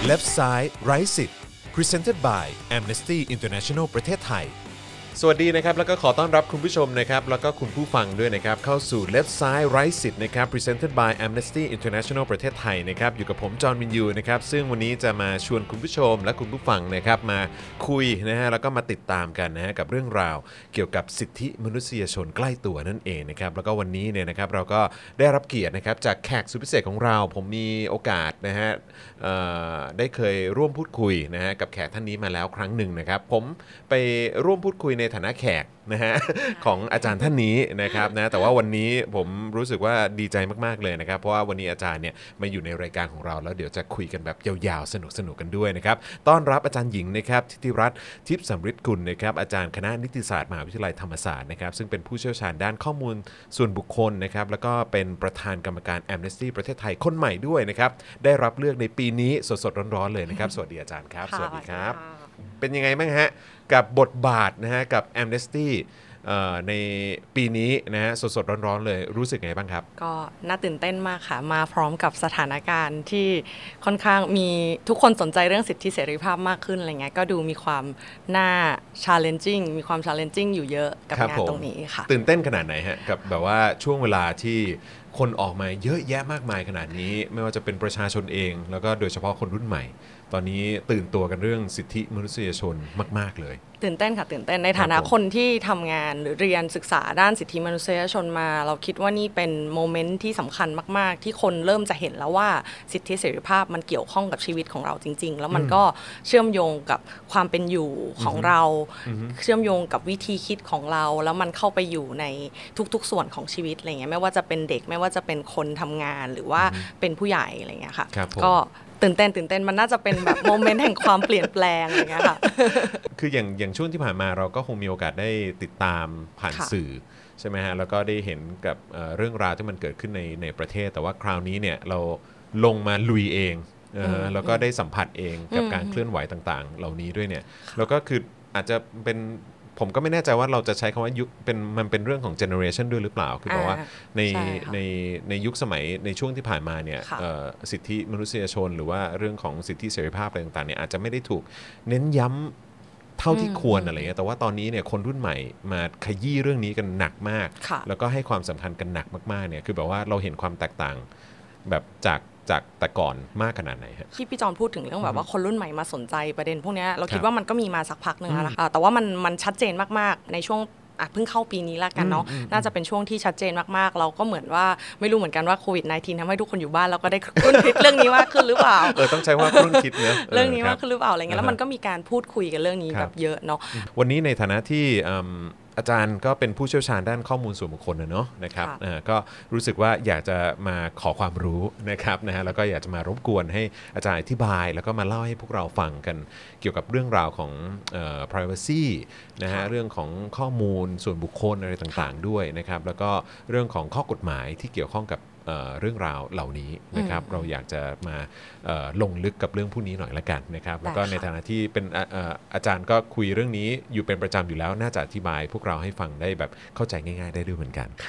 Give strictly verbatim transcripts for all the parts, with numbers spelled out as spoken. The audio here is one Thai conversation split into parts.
Left Side Right สิทธิ์ Presented by Amnesty International ประเทศไทยสวัสดีนะครับแล้วก็ขอต้อนรับคุณผู้ชมนะครับแล้วก็คุณผู้ฟังด้วยนะครับเข้าสู่ Left Side Right สิทธิ์นะครับ Presented by Amnesty International ประเทศไทยนะครับอยู่กับผมจอห์นวินยูนะครับซึ่งวันนี้จะมาชวนคุณผู้ชมและคุณผู้ฟังนะครับมาคุยนะฮะแล้วก็มาติดตามกันนะฮะกับเรื่องราวเกี่ยวกับสิทธิมนุษยชนใกล้ตัวนั่นเองนะครับแล้วก็วันนี้เนี่ยนะครับเราก็ได้รับเกียรตินะครับจากแขกสุดพิเศษของเราผมมีโอกาสนะฮะได้เคยร่วมพูดคุยนะฮะกับแขกท่านนี้มาแล้วครั้งหนึ่งนะครับผมไปร่วมพูดคุยในฐานะแขกนะฮะของอาจารย์ท่านนี้นะครับนะแต่ว่าวันนี้ผมรู้สึกว่าดีใจมากๆเลยนะครับเพราะว่าวันนี้อาจารย์เนี่ยมาอยู่ในรายการของเราแล้วเดี๋ยวจะคุยกันแบบยาวๆสนุกๆกันด้วยนะครับต้อนรับอาจารย์หญิงนะครับทิติรัตน์ทิพย์สำริดกุลนะครับอาจารย์คณะนิติศาสตร์มหาวิทยาลัยธรรมศาสตร์นะครับซึ่งเป็นผู้เชี่ยวชาญด้านข้อมูลส่วนบุคคลนะครับแล้วก็เป็นประธานกรรมการ Amnesty ประเทศไทยคนใหม่ด้วยนะครับได้รับเลือกในปีนี้สดๆร้อนๆเลยนะครับสวัสดีอาจารย์ครับสวัสดีครับเป็นยังไงบ้างฮะกับบทบาทนะฮะกับ Amnesty ในปีนี้นะฮะสดๆร้อนๆเลยรู้สึกไงบ้างครับก็น่าตื่นเต้นมากค่ะมาพร้อมกับสถานการณ์ที่ค่อนข้างมีทุกคนสนใจเรื่องสิทธิเสรีภาพมากขึ้นอะไรเงี้ยก็ดูมีความน่า challenging มีความ challenging อยู่เยอะกับงานตรงนี้ค่ะตื่นเต้นขนาดไหนฮะกับแบบว่าช่วงเวลาที่คนออกมาเยอะแยะมากมายขนาดนี้ไม่ว่าจะเป็นประชาชนเองแล้วก็โดยเฉพาะคนรุ่นใหม่ตอนนี้ตื่นตัวกันเรื่องสิทธิมนุษยชนมากๆเลยตื่นเต้นค่ะตื่นเต้นในฐานะคนที่ทำงานหรือเรียนศึกษาด้านสิทธิมนุษยชนมาเราคิดว่านี่เป็นโมเมนต์ที่สำคัญมากๆที่คนเริ่มจะเห็นแล้วว่าสิทธิเสรีภาพมันเกี่ยวข้องกับชีวิตของเราจริงๆแล้วมันก็เชื่อมโยงกับความเป็นอยู่ของเราเชื่อมโยงกับวิธีคิดของเราแล้วมันเข้าไปอยู่ในทุกๆส่วนของชีวิตอะไรเงี้ยไม่ว่าจะเป็นเด็กไม่ว่าจะเป็นคนทำงานหรือว่าเป็นผู้ใหญ่อะไรเงี้ยค่ะก็ตื่นเต้นตื่นเต้นมันน่าจะเป็นแบบโมเมนต์แห่งความเปลี่ยนแปลงอะไรเงี้ยค่ะคืออย่างอย่างช่วงที่ผ่านมาเราก็คงมีโอกาสได้ติดตามผ่านสื่อใช่ไหมฮะแล้วก็ได้เห็นกับเอ่อเรื่องราวที่มันเกิดขึ้นในในประเทศแต่ว่าคราวนี้เนี่ยเราลงมาลุยเองเออแล้วก็ได้สัมผัสเองกับการเคลื่อนไหวต่างๆเหล่านี้ด้วยเนี่ยแล้วก็คืออาจจะเป็นผมก็ไม่แน่ใจว่าเราจะใช้คำว่ายุคเป็นมันเป็นเรื่องของเจเนอเรชันด้วยหรือเปล่าคือบอกว่าในในในยุคสมัยในช่วงที่ผ่านมาเนี่ยสิทธิมนุษยชนหรือว่าเรื่องของสิทธิเสรีภาพอะไรต่างๆเนี่ยอาจจะไม่ได้ถูกเน้นย้ำเท่าที่ควรอะไรเงี้ยแต่ว่าตอนนี้เนี่ยคนรุ่นใหม่มาขยี้เรื่องนี้กันหนักมากแล้วก็ให้ความสำคัญกันหนักมากๆเนี่ยคือแบบว่าเราเห็นความแตกต่างแบบจากจากแต่ก่อนมากขนาดไหนครับที่พี่จอนพูดถึงเรื่องแบบว่าคนรุ่นใหม่มาสนใจประเด็นพวกนี้เราคิดว่ามันก็มีมาสักพักนึงแล้วนะคะแต่ว่ามันมันชัดเจนมากๆในช่วงเพิ่งเข้าปีนี้ละกันเนาะน่าจะเป็นช่วงที่ชัดเจนมากๆเราก็เหมือนว่าไม่รู้เหมือนกันว่าโควิด สิบเก้า ทำให้ทุกคนอยู่บ้านแล้วก็ได้คุ้นคิดเรื่องนี้มากขึ้นหรือเปล่าเออต้องใช้ว่าคุ้นคิดเนอะเรื่องนี้มากขึ้นหรือเปล่าอะไรเงี้ยแล้วมันก็มีการพูดคุยกันเรื่องนี้แบบเยอะเนาะวันนี้ในฐานะที่อาจารย์ก็เป็นผู้เชี่ยวชาญด้านข้อมูลส่วนบุคคลนะเนาะนะครับก็รู้สึกว่าอยากจะมาขอความรู้นะครับนะฮะแล้วก็อยากจะมารบกวนให้อาจารย์อธิบายแล้วก็มาเล่าให้พวกเราฟังกันเกี่ยวกับเรื่องราวของเอ่อ privacy นะฮะเรื่องของข้อมูลส่วนบุคคลอะไรต่างๆด้วยนะครับแล้วก็เรื่องของข้อกฎหมายที่เกี่ยวข้องกับเอ่อเรื่องราวเหล่านี้นะครับเราอยากจะมาเอ่อลงลึกกับเรื่องพวกนี้หน่อยละกันนะครับแล้วก็ในฐานะที่เป็นเอ่ออาจารย์ก็คุยเรื่องนี้อยู่เป็นประจำอยู่แล้วน่าจะอธิบายพวกเราให้ฟังได้แบบเข้าใจง่ายๆได้ด้วยเหมือนกัน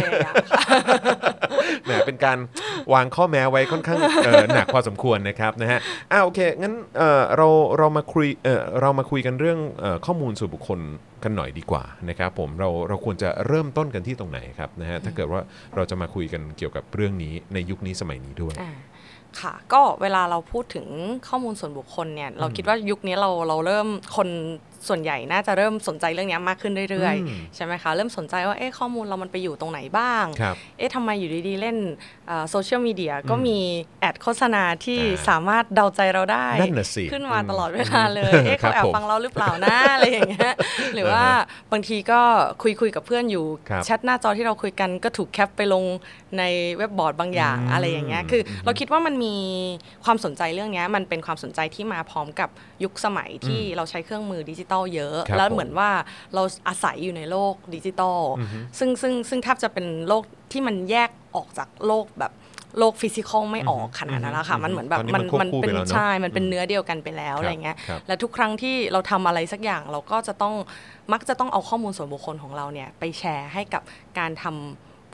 แหมเป็นการวางข้อแม้ไว้ค่อนข้างหนักพอสมควรนะครับนะฮะอ่าโอเคงั้นเอ่อเราเรามาคุยเอ่อเรามาคุยกันเรื่องเอ่อข้อมูลส่วนบุคคลกันหน่อยดีกว่านะครับผมเราเราควรจะเริ่มต้นกันที่ตรงไหนครับนะฮะถ้าเกิดว่าเราจะมาคุยกันเกี่ยวกับเรื่องนี้ในยุคนี้สมัยนี้ด้วยค่ะก็เวลาเราพูดถึงข้อมูลส่วนบุคคลเนี่ยเราคิดว่ายุคนี้เราเราเริ่มคนส่วนใหญ่น่าจะเริ่มสนใจเรื่องนี้มากขึ้นเรื่อยๆใช่ไหมคะเริ่มสนใจว่าเอ๊ะข้อมูลเรามันไปอยู่ตรงไหนบ้างเอ๊ะทำไมอยู่ดีๆเล่นโซเชียลมีเดียก็มีแอดโฆษณาที่สามารถเดาใจเราได้ขึ้นมาตลอดเวลาเลยเอ๊ะเขาแอบฟังเราหรือเปล่านะอะไรอย่างเงี้ยหรือว่าบางทีก็คุยคุยกับเพื่อนอยู่แชทหน้าจอที่เราคุยกันก็ถูกแคปไปลงในเว็บบอร์ดบางอย่างอะไรอย่างเงี้ยคือเราคิดว่ามันมีความสนใจเรื่องนี้มันเป็นความสนใจที่มาพร้อมกับยุคสมัยที่เราใช้เครื่องมือดิจิตอลเยอะแล้วเหมือนว่าเราอาศัยอยู่ในโลกดิจิตอลซึ่งซึ่งซึ่งแทบจะเป็นโลกที่มันแยกออกจากโลกแบบโลกฟิสิกอลไม่ออกขนาดนั้นแล้วค่ะมันเหมือนแบบมันมันเป็นใช่มันเป็นเนื้อเดียวกันไปแล้วอะไรเงี้ยและทุกครั้งที่เราทำอะไรสักอย่างเราก็จะต้องมักจะต้องเอาข้อมูลส่วนบุคคลของเราเนี่ยไปแชร์ให้กับการทำ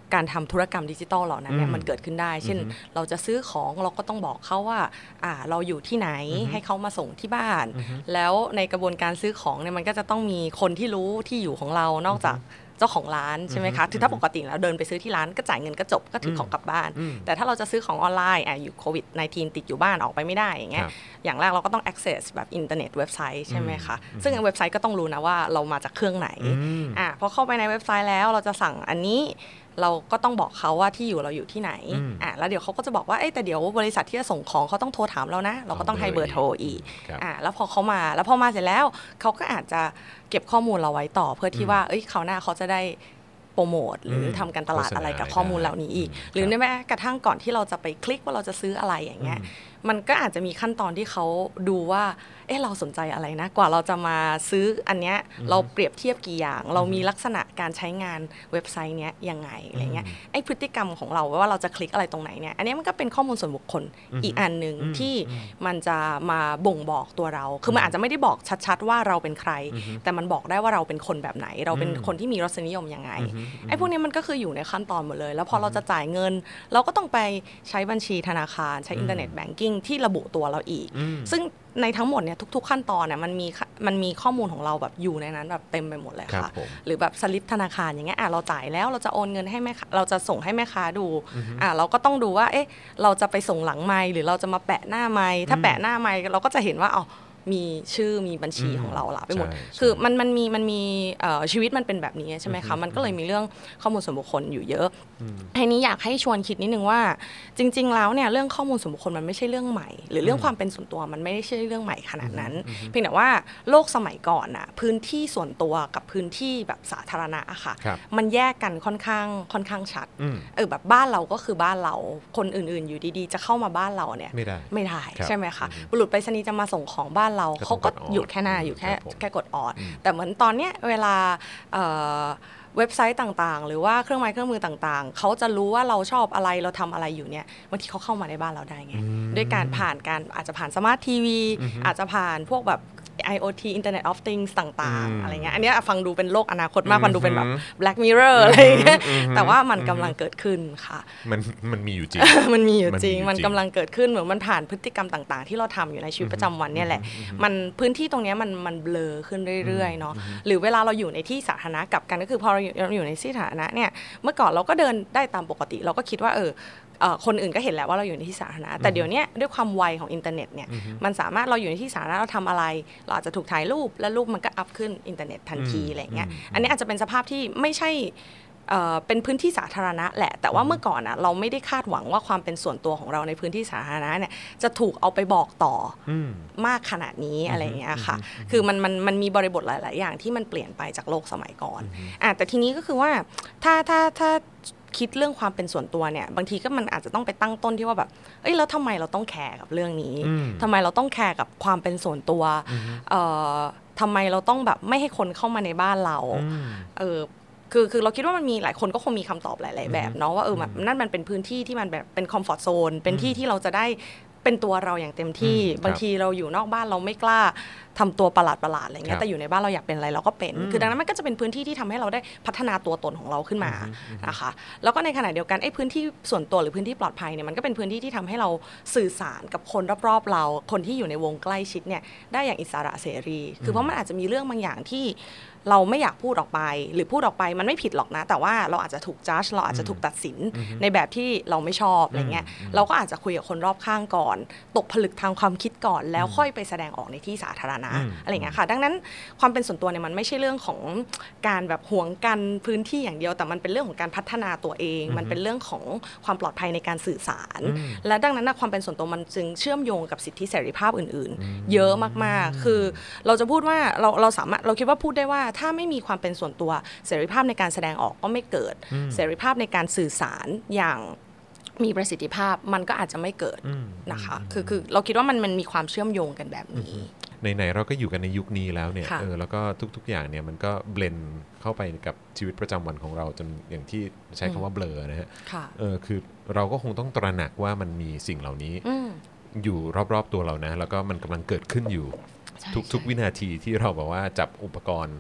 การทำธุรกรรมดิจิทัลเหล่านั้นเนี่ยมันเกิดขึ้นได้เช่นเราจะซื้อของเราก็ต้องบอกเขาว่าอ่าเราอยู่ที่ไหนให้เขามาส่งที่บ้านแล้วในกระบวนการซื้อของเนี่ยมันก็จะต้องมีคนที่รู้ที่อยู่ของเรานอกจากเจ้าของร้านใช่ไหมคะคือถ้าปกติแล้วเดินไปซื้อที่ร้านก็จ่ายเงินก็จบก็ถือของกลับบ้านแต่ถ้าเราจะซื้อของออนไลน์อ่ะอยู่โควิด สิบเก้า ติดอยู่บ้านออกไปไม่ได้อย่างเงี้ยอย่างแรกเราก็ต้อง access แบบอินเทอร์เน็ตเว็บไซต์ใช่ไหมคะซึ่งเว็บไซต์ก็ต้องรู้นะว่าเรามาจากเครื่องไหนอ่ะพอเข้าไปในเว็บไซต์แล้วเราจะสั่งอันนี้เราก็ต้องบอกเขาว่าที่อยู่เราอยู่ที่ไหนอ่ะแล้วเดี๋ยวเขาก็จะบอกว่าเอ้แต่เดี๋ยวบริษัทที่จะส่งของเขาต้องโทรถามเรานะเราก็ต้องให้เบอร์โทรอีกอ่ะแล้วพอเขามาแล้วพอมาเสร็จแล้วเขาก็อาจจะเก็บข้อมูลเราไว้ต่อเพื่อที่ว่าเอ้ยคราวหน้าเขาจะได้โปรโมทหรือทำการตลาดอะไรกับข้อมูลเหล่านี้อีกหรือแม้กระทั่งก่อนที่เราจะไปคลิกว่าเราจะซื้ออะไรอย่างเงี้ยมันก็อาจจะมีขั้นตอนที่เขาดูว่าเออเราสนใจอะไรนะกว่าเราจะมาซื้ออันเนี้ยเราเปรียบเทียบกี่อย่างเรามีลักษณะการใช้งานเว็บไซต์เนี้ยยังไงอะไรเงี้ยไอ้พฤติกรรมของเราว่าเราจะคลิกอะไรตรงไหนเนี่ยอันนี้มันก็เป็นข้อมูลส่วนบุคคลอีกอันนึงที่มันจะมาบ่งบอกตัวเราคือมันอาจจะไม่ได้บอกชัดๆว่าเราเป็นใครแต่มันบอกได้ว่าเราเป็นคนแบบไหนเราเป็นคนที่มีรสนิยมยังไงไอ้พวกนี้มันก็คืออยู่ในขั้นตอนหมดเลยแล้วพอเราจะจ่ายเงินเราก็ต้องไปใช้บัญชีธนาคารใช้อินเทอร์เน็ตแบงกิ้งที่ระบุตัวเราอีกซึ่งในทั้งหมดเนี่ยทุกๆขั้นตอนเนี่ยมันมีมันมีข้อมูลของเราแบบอยู่ในนั้นแบบเต็มไปหมดเลยค่ะหรือแบบสลิปธนาคารอย่างเงี้ยอ่ะเราจ่ายแล้วเราจะโอนเงินให้แม่ค้าเราจะส่งให้แม่ค้าดูอ่ะเราก็ต้องดูว่าเอ๊ะเราจะไปส่งหลังไมค์หรือเราจะมาแปะหน้าไมค์ถ้าแปะหน้าไมค์เราก็จะเห็นว่าอ๋อมีชื่อมีบัญชีของเราละไปหมดคือมันมันมีมันมีชีวิตมันเป็นแบบนี้ใช่ไหมคะมันก็เลยมีเรื่องข้อมูลส่วนบุคคลอยู่เยอะทีนี้อยากให้ชวนคิดนิดนึงว่าจริงๆแล้วเนี่ยเรื่องข้อมูลส่วนบุคคลมันไม่ใช่เรื่องใหม่หรือเรื่องความเป็นส่วนตัวมันไม่ได้ใช่เรื่องใหม่ขนาดนั้นเพียงแต่ว่าโลกสมัยก่อนอะพื้นที่ส่วนตัวกับพื้นที่แบบสาธารณะอะค่ะมันแยกกันค่อนข้างค่อนข้างชัดเออแบบบ้านเราก็คือบ้านเราคนอื่นๆอยู่ดีๆจะเข้ามาบ้านเราเนี่ยไม่ได้ไม่ได้ใช่ไหมคะบุรุษไปรษณีย์จะมาส่งของบ้านเราเขาก็อยู่แค่หน้าอยู่แค่แค่กดออดแต่เหมือนตอนเนี้ยเวลาเว็บไซต์ต่างๆหรือว่าเครื่องไม้เครื่องมือต่างๆเขาจะรู้ว่าเราชอบอะไรเราทำอะไรอยู่เนี่ยบางทีเขาเข้ามาในบ้านเราได้ไงด้วยการผ่านการอาจจะผ่านสมาร์ททีวีอาจจะผ่านพวกแบบ ไอ โอ ที Internet of Things ต่างๆอะไรเงี้ยอันนี้ฟังดูเป็นโลกอนาคตมากฟังดูเป็นแบบ Black Mirror อะไรเงี้ยแต่ว่ามันกำลังเกิดขึ้นค่ะมันมันมีอยู่จริงมันมีอยู่จริงมันกำลังเกิดขึ้นเหมือนมันผ่านพฤติกรรมต่างๆที่เราทำอยู่ในชีวิตประจำวันเนี่ยแหละมันพื้นที่ตรงนี้มันมันเบลอขึ้นเรื่อยๆเนาะหรือเวลาเราอยู่ในที่สาธารณะกับกันก็คือพอเราอยู่ในที่สาธารณะเนี่ยเมื่อก่อนเราก็เดินได้ตามปกติเราก็คิดว่าเออคนอื่นก็เห็นแล้วว่าเราอยู่ในที่สาธารณะแต่เดี๋ยวนี้ด้วยความไวของอินเทอร์เน็ตเนี่ยมันสามารถเราอยู่ในที่สาธารณะเราทำอะไรเราอาจจะถูกถ่ายรูปและรูปมันก็อัพขึ้นอินเทอร์เน็ตทันทีอะไรเงี้ยอันนี้อาจจะเป็นสภาพที่ไม่ใช่เป็นพื้นที่สาธารณะแหละแต่ว่าเมื่อก่อนอ่ะเราไม่ได้คาดหวังว่าความเป็นส่วนตัวของเราในพื้นที่สาธารณะเนี่ยจะถูกเอาไปบอกต่อมากขนาดนี้อะไรเงี้ยค่ะคือมันมันมันมีบริบทหลายๆอย่างที่มันเปลี่ยนไปจากโลกสมัยก่อนอ่ะแต่ทีนี้ก็คือว่าถ้าถ้าถ้าคิดเรื่องความเป็นส่วนตัวเนี่ยบางทีก็มันอาจจะต้องไปตั้งต้นที่ว่าแบบเอ้ยแล้วทำไมเราต้องแคร์กับเรื่องนี้ทำไมเราต้องแคร์กับความเป็นส่วนตัวเอ่อทำไมเราต้องแบบไม่ให้คนเข้ามาในบ้านเราเออคือคือเราคิดว่ามันมีหลายคนก็คงมีคำตอบหลายๆแบบเนาะว่าเออแบบนั่นมันเป็นพื้นที่ที่มันแบบเป็นคอมฟอร์ตโซนเป็นที่ที่เราจะได้เป็นตัวเราอย่างเต็มที่บางทีเราอยู่นอกบ้านเราไม่กล้าทำตัวประหลาดประหลาดอะไรเงี้ยแต่อยู่ในบ้านเราอยากเป็นอะไรเราก็เป็นคือดังนั้นมันก็จะเป็นพื้นที่ที่ทำให้เราได้พัฒนาตัวตนของเราขึ้นมานะคะแล้วก็ในขณะเดียวกันไอ้พื้นที่ส่วนตัวหรือพื้นที่ปลอดภัยเนี่ยมันก็เป็นพื้นที่ที่ทำให้เราสื่อสารกับคนรอบๆเราคนที่อยู่ในวงใกล้ชิดเนี่ยได้อย่างอิสระเสรีคือเพราะมันอาจจะมีเรื่องบางอย่างที่เราไม่อยากพูดออกไปหรือพูดออกไปมันไม่ผิดหรอกนะแต่ว่าเราอาจจะถูกจัดเราอาจจะถูกตัดสินในแบบที่เราไม่ชอบอะไรเงี้ยเราก็อาจจะคุยกับคนรอบข้างก่อนตกผลึกทางความคิดก่อนแล้วค่อยไปแสดงออกในที่สาธารณะอะไรเงี้ยค่ะดังนั้นความเป็นส่วนตัวเนี่ยมันไม่ใช่เรื่องของการแบบหวงกันพื้นที่อย่างเดียวแต่มันเป็นเรื่องของการพัฒนาตัวเองมันเป็นเรื่องของความปลอดภัยในการสื่อสารและดังนั้นความเป็นส่วนตัวมันจึงเชื่อมโยงกับสิทธิเสรีภาพอื่นๆเยอะมากๆคือเราจะพูดว่าเราเราสามารถเราคิดว่าพูดได้ว่าถ้าไม่มีความเป็นส่วนตัวเสรีภาพในการแสดงออกก็ไม่เกิดเสรีภาพในการสื่อสารอย่างมีประสิทธิภาพมันก็อาจจะไม่เกิดนะคะคือคือเราคิดว่ามันมันมีความเชื่อมโยงกันแบบนี้ไหนๆเราก็อยู่กันในยุคนี้แล้วเนี่ยเออแล้วก็ทุกๆอย่างเนี่ยมันก็เบลนด์เข้าไปกับชีวิตประจำวันของเราจนอย่างที่ใช้คำว่าเบลอนะฮะเออคือเราก็คงต้องตระหนักว่ามันมีสิ่งเหล่านี้อยู่รอบๆตัวเรานะแล้วก็มันกำลังเกิดขึ้นอยู่ทุกๆวินาทีที่เราแบบว่าจับอุปกรณ์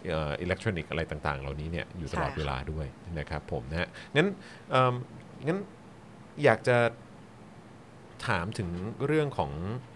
อิเล็กทรอนิกส์อะไรต่างๆเหล่านี้เนี่ยอยู่ตลอดเวลาด้วยนะครับผมนะฮะงั้นงั้นอยากจะถามถึงเรื่องของ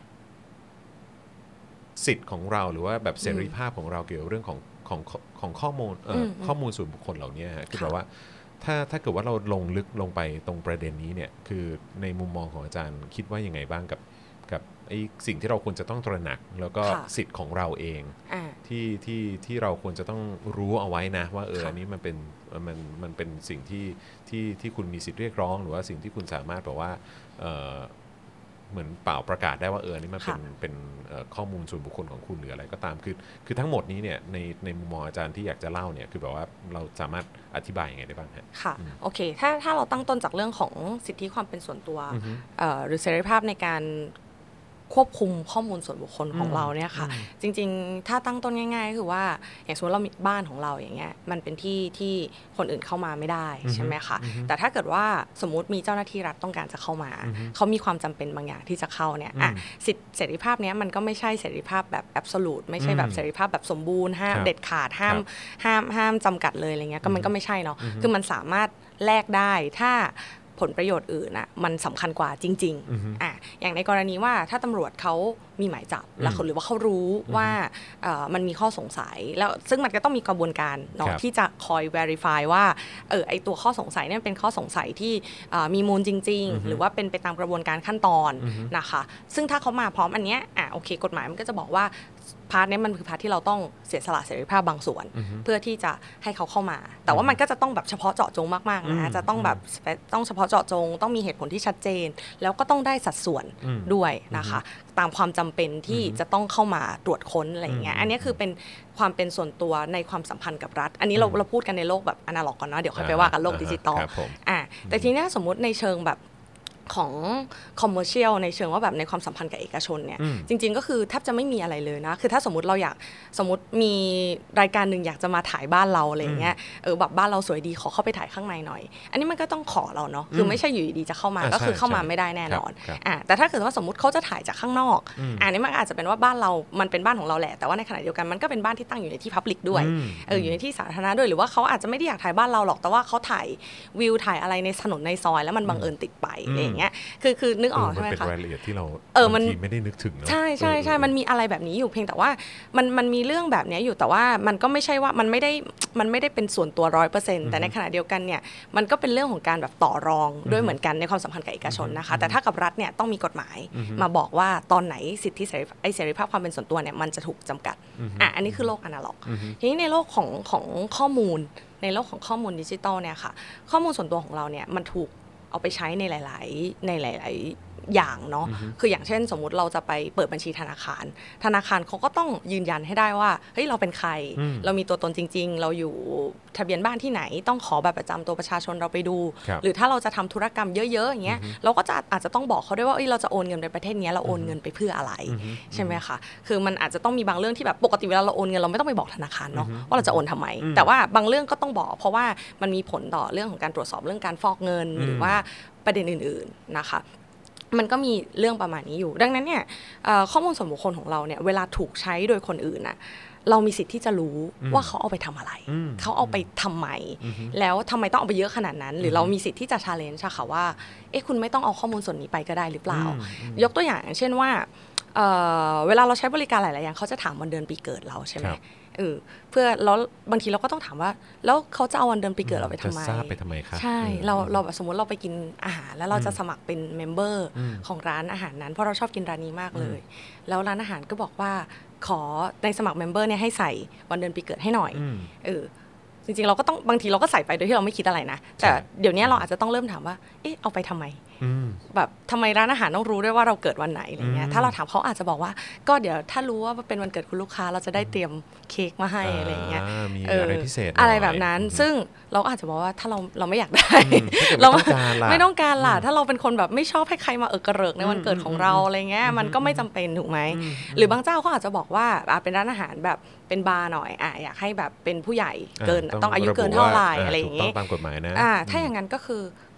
สิทธิ์ของเราหรือว่าแบบเสรีภาพของเราเกี่ยวกับเรื่องของของของข้อมูลเอ่อข้อมูลส่วนบุคคลเหล่านี้คือแบบว่าถ้าถ้าเกิดว่าเราลงลึกลงไปตรงประเด็นนี้เนี่ยคือในมุมมองของอาจารย์คิดว่ายังไงบ้างกับกับไอ้สิ่งที่เราควรจะต้องตระหนักแล้วก็สิทธิ์ของเราเองที่ที่ที่เราควรจะต้องรู้เอาไว้นะว่าเอออันนี้มันเป็นมันมันเป็นสิ่งที่ที่ที่คุณมีสิทธิ์เรียกร้องหรือว่าสิ่งที่คุณสามารถแบบว่าเอ่อเหมือนเปล่าประกาศได้ว่าเออนี่มันเป็นเป็นข้อมูลส่วนบุคคลของคุณหรืออะไรก็ตามคือคือทั้งหมดนี้เนี่ยในในมุมมองอาจารย์ที่อยากจะเล่าเนี่ยคือแบบว่าเราสามารถอธิบายยังไงได้บ้างฮะค่ะโอเคถ้าถ้าเราตั้งต้นจากเรื่องของสิทธิความเป็นส่วนตัวหรือเสรีภาพในการควบคุมข้อมูลส่วนบุคคลของเราเนี่ยค่ะจริงๆถ้าตั้งต้นง่ายๆก็คือว่าอย่างสมมติเรามีบ้านของเราอย่างเงี้ยมันเป็นที่ที่คนอื่นเข้ามาไม่ได้ใช่ไหมคะแต่ถ้าเกิดว่าสมมุติมีเจ้าหน้าที่รัฐต้องการจะเข้ามาเขามีความจำเป็นบางอย่างที่จะเข้าเนี่ยอ่ะสิทธิเสรีภาพเนี้ยมันก็ไม่ใช่เสรีภาพแบบแอบโซลูทไม่ใช่แบบเสรีภาพแบบสมบูรณ์ห้ามเด็ดขาดห้ามห้ามห้ามจำกัดเลยอะไรเงี้ยก็มันก็ไม่ใช่เนาะคือมันสามารถแลกได้ถ้าผลประโยชน์อื่นน่ะมันสำคัญกว่าจริงๆอ่ะอย่างในกรณีว่าถ้าตำรวจเขามีหมายจับแล้วหรือว่าเขารู้ว่ามันมีข้อสงสัยแล้วซึ่งมันก็ต้องมีกระบวนการเนาะที่จะคอย verify ว่าเออไอตัวข้อสงสัยเนี่ยเป็นข้อสงสัยที่มีมูลจริงๆหรือว่าเป็นไปตามกระบวนการขั้นตอนนะคะซึ่งถ้าเขามาพร้อมอันเนี้ยอ่ะโอเคกฎหมายมันก็จะบอกว่าพาร์ทนี้มันคือพาร์ทที่เราต้องเสียสละเสรีภาพบางส่วนเพื่อที่จะให้เขาเข้ามาแต่ว่ามันก็จะต้องแบบเฉพาะเจาะจงมากๆนะจะต้องแบบต้องเฉพาะเจาะจงต้องมีเหตุผลที่ชัดเจนแล้วก็ต้องได้สัดส่วนด้วยนะคะตามความจำเป็นที่จะต้องเข้ามาตรวจค้นอะไรอย่างเงี้ยอันนี้คือเป็นความเป็นส่วนตัวในความสัมพันธ์กับรัฐอันนี้เราเราพูดกันในโลกแบบอนาล็อกก่อนเนาะเดี๋ยวค่อยไปว่ากันโลกดิจิตอลอ่ะแต่ทีนี้สมมุติในเชิงแบบของคอมเมอร์เชียลในเชิงว่าแบบในความสัมพันธ์กับเอกชนเนี่ยจริงๆก็คือแทบจะไม่มีอะไรเลยนะคือถ้าสมมติเราอยากสมมติมีรายการหนึ่งอยากจะมาถ่ายบ้านเราอะไรอย่างเงี้ยเออแบบบ้านเราสวยดีขอเข้าไปถ่ายข้างในหน่อยอันนี้มันก็ต้องขอเราเนาะคือไม่ใช่อยู่ดีจะเข้ามาก็คือเข้ามาไม่ได้แน่นอนอ่ะแต่ถ้าเกิดว่าสมมติเขาจะถ่ายจากข้างนอกอันนี้มันอาจจะเป็นว่าบ้านเรามันเป็นบ้านของเราแหละแต่ว่าในขณะเดียวกันมันก็เป็นบ้านที่ตั้งอยู่ในที่พับลิกด้วยเอออยู่ในที่สาธารณะด้วยหรือว่าเขาอาจจะไม่ได้อยากถ่ายบ้านเราหรอกแต่ว่าเขาถ่ายวิวถ่ายอะไรในถนนในซอยแล้วมันบังเอิญติดไปอะไรอย่างเงี้ยคือคือนึกออกใช่ไหมคะมันเป็นรายละเอียดที่เราเออมันไม่ได้นึกถึงเนาะใช่ใช่ใช่มันมีอะไรแบบนี้อยู่เพียงแต่ว่ามันมันมีเรื่องแบบนี้อยู่แต่ว่ามันก็ไม่ใช่ว่ามันไม่ได้มันไม่ได้เป็นส่วนตัว ร้อยเปอร์เซ็นต์ แต่ในขณะเดียวกันเนี่ยมันก็เป็นเรื่องของการแบบต่อรองด้วยเหมือนกันในความสัมพันธ์กับเอกชนนะคะแต่ถ้ากับรัฐเนี่ยต้องมีกฎหมายมาบอกว่าตอนไหนสิทธิเสรีไอเสรีภาพความเป็นส่วนตัวเนี่ยมันจะถูกจำกัดอ่ะอันนี้คือโลกอนาล็อกทีนี้ในโลกของของข้อมูลในโลกของข้อมูลดิจิตอลเนี่ยค่ะข้อมูลส่วนตัวของเราเนี่ยมันถูกเอาไปใช้ในหลายๆในหลายๆอย่างเนาะ uh-huh. คืออย่างเช่นสมมุติเราจะไปเปิดบัญชีธนาคารธนาคารเขาก็ต้องยืนยันให้ได้ว่าเฮ้ยเราเป็นใคร uh-huh. เรามีตัวตนจริงๆเราอยู่ทะเบียนบ้านที่ไหนต้องขอแบบประจำตัวประชาชนเราไปดู uh-huh. หรือถ้าเราจะทำธุรกรรมเยอะๆอย่างเงี้ย uh-huh. เราก็จะอาจจะต้องบอกเขาด้วยว่าเอ้ยเราจะโอนเงินไปประเทศนี้เราโอนเงินไปเพื่ออะไร uh-huh. ใช่ไหมคะคือมันอาจจะต้องมีบางเรื่องที่แบบปกติเวลาเราโอนเงินเราไม่ต้องไปบอกธนาคารเนาะ uh-huh. ว่าเราจะโอนทำไม uh-huh. แต่ว่าบางเรื่องก็ต้องบอกเพราะว่ามันมีผลต่อเรื่องของการตรวจสอบเรื่องการฟอกเงิน uh-huh. หรือว่าประเด็นอื่นๆนะคะมันก็มีเรื่องประมาณนี้อยู่ดังนั้นเนี่ยข้อมูลส่วนบุคคลของเราเนี่ยเวลาถูกใช้โดยคนอื่นน่ะเรามีสิทธิ์ที่จะรู้ว่าเขาเอาไปทำอะไรเขาเอาไปทำไมแล้วทำไมต้องเอาไปเยอะขนาดนั้นหรือเรามีสิทธิ์ที่จะ challenge ค่ะว่าเอ๊ะคุณไม่ต้องเอาข้อมูลส่วนนี้ไปก็ได้หรือเปล่ายกตัวอย่างเช่นว่าเ, เวลาเราใช้บริการหลายๆอย่างเขาจะถามวันเดือนปีเกิดเราใช่ไหมเออเพื่อแล้วบางทีเราก็ต้องถามว่าแล้วเขาจะเอาวันเดือนปีเกิดเราไปทำไมทราบไปทำไมครับใช่เราเราแบบสมมติเราไปกินอาหารแล้วเราจะสมัครเป็นเมมเบอร์ของร้านอาหารนั้นเพราะเราชอบกินร้านนี้มากเลยแล้วร้านอาหารก็บอกว่าขอในสมัครเมมเบอร์เนี่ยให้ใส่วันเดือนปีเกิดให้หน่อยเออจริงๆเราก็ต้องบางทีเราก็ใส่ไปโดยที่เราไม่คิดอะไรนะแต่เดี๋ยวนี้เราอาจจะต้องเริ่มถามว่าเอ๊ะเอาไปทำไมแบบทำไมร้านอาหารต้องรู้ด้วยว่าเราเกิดวันไหนอะไรเงี้ยถ้าเราถามเขาอาจจะบอกว่าก็เดี๋ยวถ้ารู้ว่าเป็นวันเกิดคุณลูกค้าเราจะได้เตรียมเค้กมาให้อะไรเงี้ยมีอะไรพิเศษอะไรแบบนั้นซึ่งเราอาจจะบอกว่าถ้าเราเราไม่อยากได้เราไม่ต้องการล่ะถ้าเราเป็นคนแบบไม่ชอบให้ใครมาเออกระเริกในวันเกิดของเราอะไรเงี้ยมันก็ไม่จำเป็นถูกไหมหรือบางเจ้าเขาอาจจะบอกว่าเป็นร้านอาหารแบบเป็นบาร์หน่อยอ่ะอยากให้แบบเป็นผู้ใหญ่เกินต้องอายุเกินเท่าไหร่อะไรอย่างเงี้ยต้องตามกฎหมายนะอ่าถ้าอย่างนั้นก็คือ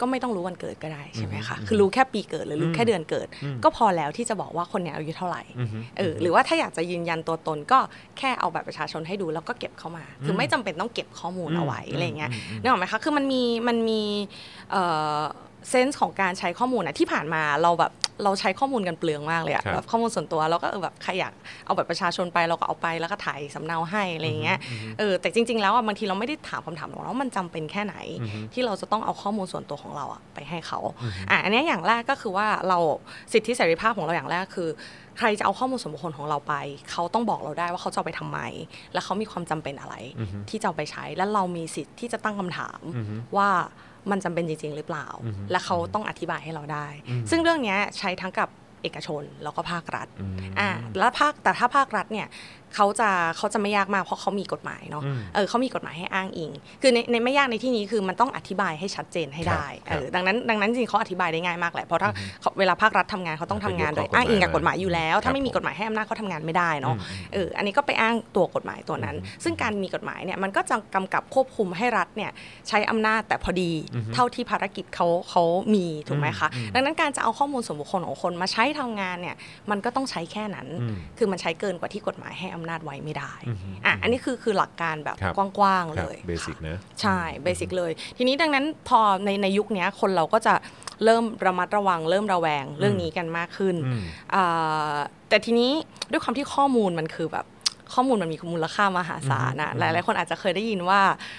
ก็ไม่ต้องรู้วันเกิดก็ได้ใช่ไหมคะคือรู้แค่ปีเกิดหรือรู้แค่เดือนเกิดก็พอแล้วที่จะบอกว่าคนนี้อายุเท่าไหร่เออหรือว่าถ้าอยากจะยืนยันตัวตนก็แค่เอาบัตรประชาชนให้ดูแล้วก็เก็บเข้ามาคือไม่จำเป็นต้องเก็บข้อมูลเอาไว้อะไรเงี้ยนึกออกไหมคะคือมันมีมันมีเอ่อเซนส์ของการใช้ข้อมูลนะที่ผ่านมาเราแบบเราใช้ข้อมูลกันเปลืองมากเลยอะแบบข้อมูลส่วนตัวเราก็เออแบบใครอยากเอาบัตรประชาชนไปเราก็เอาไปแล้วก็ถ่ายสำเนาให้อะไรเงี้ยเออแต่จริงๆแล้วอะบางทีเราไม่ได้ถามคำถามหรอกว่ามันจำเป็นแค่ไหนที่เราจะต้องเอาข้อมูลส่วนตัวของเราอะไปให้เขาอ่ะอันนี้อย่างแรกก็คือว่าเราสิทธิเสรีภาพของเราอย่างแรกคือใครจะเอาข้อมูลส่วนบุคคลของเราไปเขาต้องบอกเราได้ว่าเขาจะเอาไปทำไมและเขามีความจำเป็นอะไรที่จะเอาไปใช้และเรามีสิทธิ์ที่จะตั้งคำถามว่ามันจำเป็นจริงๆหรือเปล่าและเขาต้องอธิบายให้เราได้ซึ่งเรื่องนี้ใช้ทั้งกับเอกชนแล้วก็ภาครัฐอ่าแล้วภาคแต่ถ้าภาครัฐเนี่ยเขาจะเขาจะไม่ยากมากเพราะเขามีกฎหมายเนาะเออเขามีกฎหมายให้อ้างอิงคือในในไม่ยากในที่นี้คือมันต้องอธิบายให้ชัดเจนให้ได้เออดังนั้นดังนั้นจริงเขาอธิบายได้ง่ายมากแหละเพราะถ้าเวลาภาครัฐทำงานเขาต้องทำงานโดยอ้างอิงกับกฎหมายอยู่แล้วถ้าไม่มีกฎหมายให้อำนาจเขาทำงานไม่ได้เนาะเอออันนี้ก็ไปอ้างตัวกฎหมายตัวนั้นซึ่งการมีกฎหมายเนี่ยมันก็จะกำกับควบคุมให้รัฐเนี่ยใช้อำนาจแต่พอดีเท่าที่ภารกิจเขาเขามีถูกไหมคะดังนั้นการจะเอาข้อมูลส่วนบุคคลของคนมาใช้ทำงานเนี่ยมันก็ต้องใช้แค่นั้นคือมันใช้เกินกว่าที่กฎหมายให้อำนาจไว้ไม่ได้อ่ะอันนี้คือคือหลักการแบบกว้างๆเลยเบสิกนะใช่เบสิกเลยทีนี้ดังนั้นพอในในยุคนี้คนเราก็จะเริ่มระมัดระวังเริ่มระแวงเรื่องนี้กันมากขึ้นแต่ทีนี้ด้วยความที่ข้อมูลมันคือแบบข้อมูลมันมีมูลค่ามหาศาลนะหลายๆคนอาจจะเคยได้ยินว่า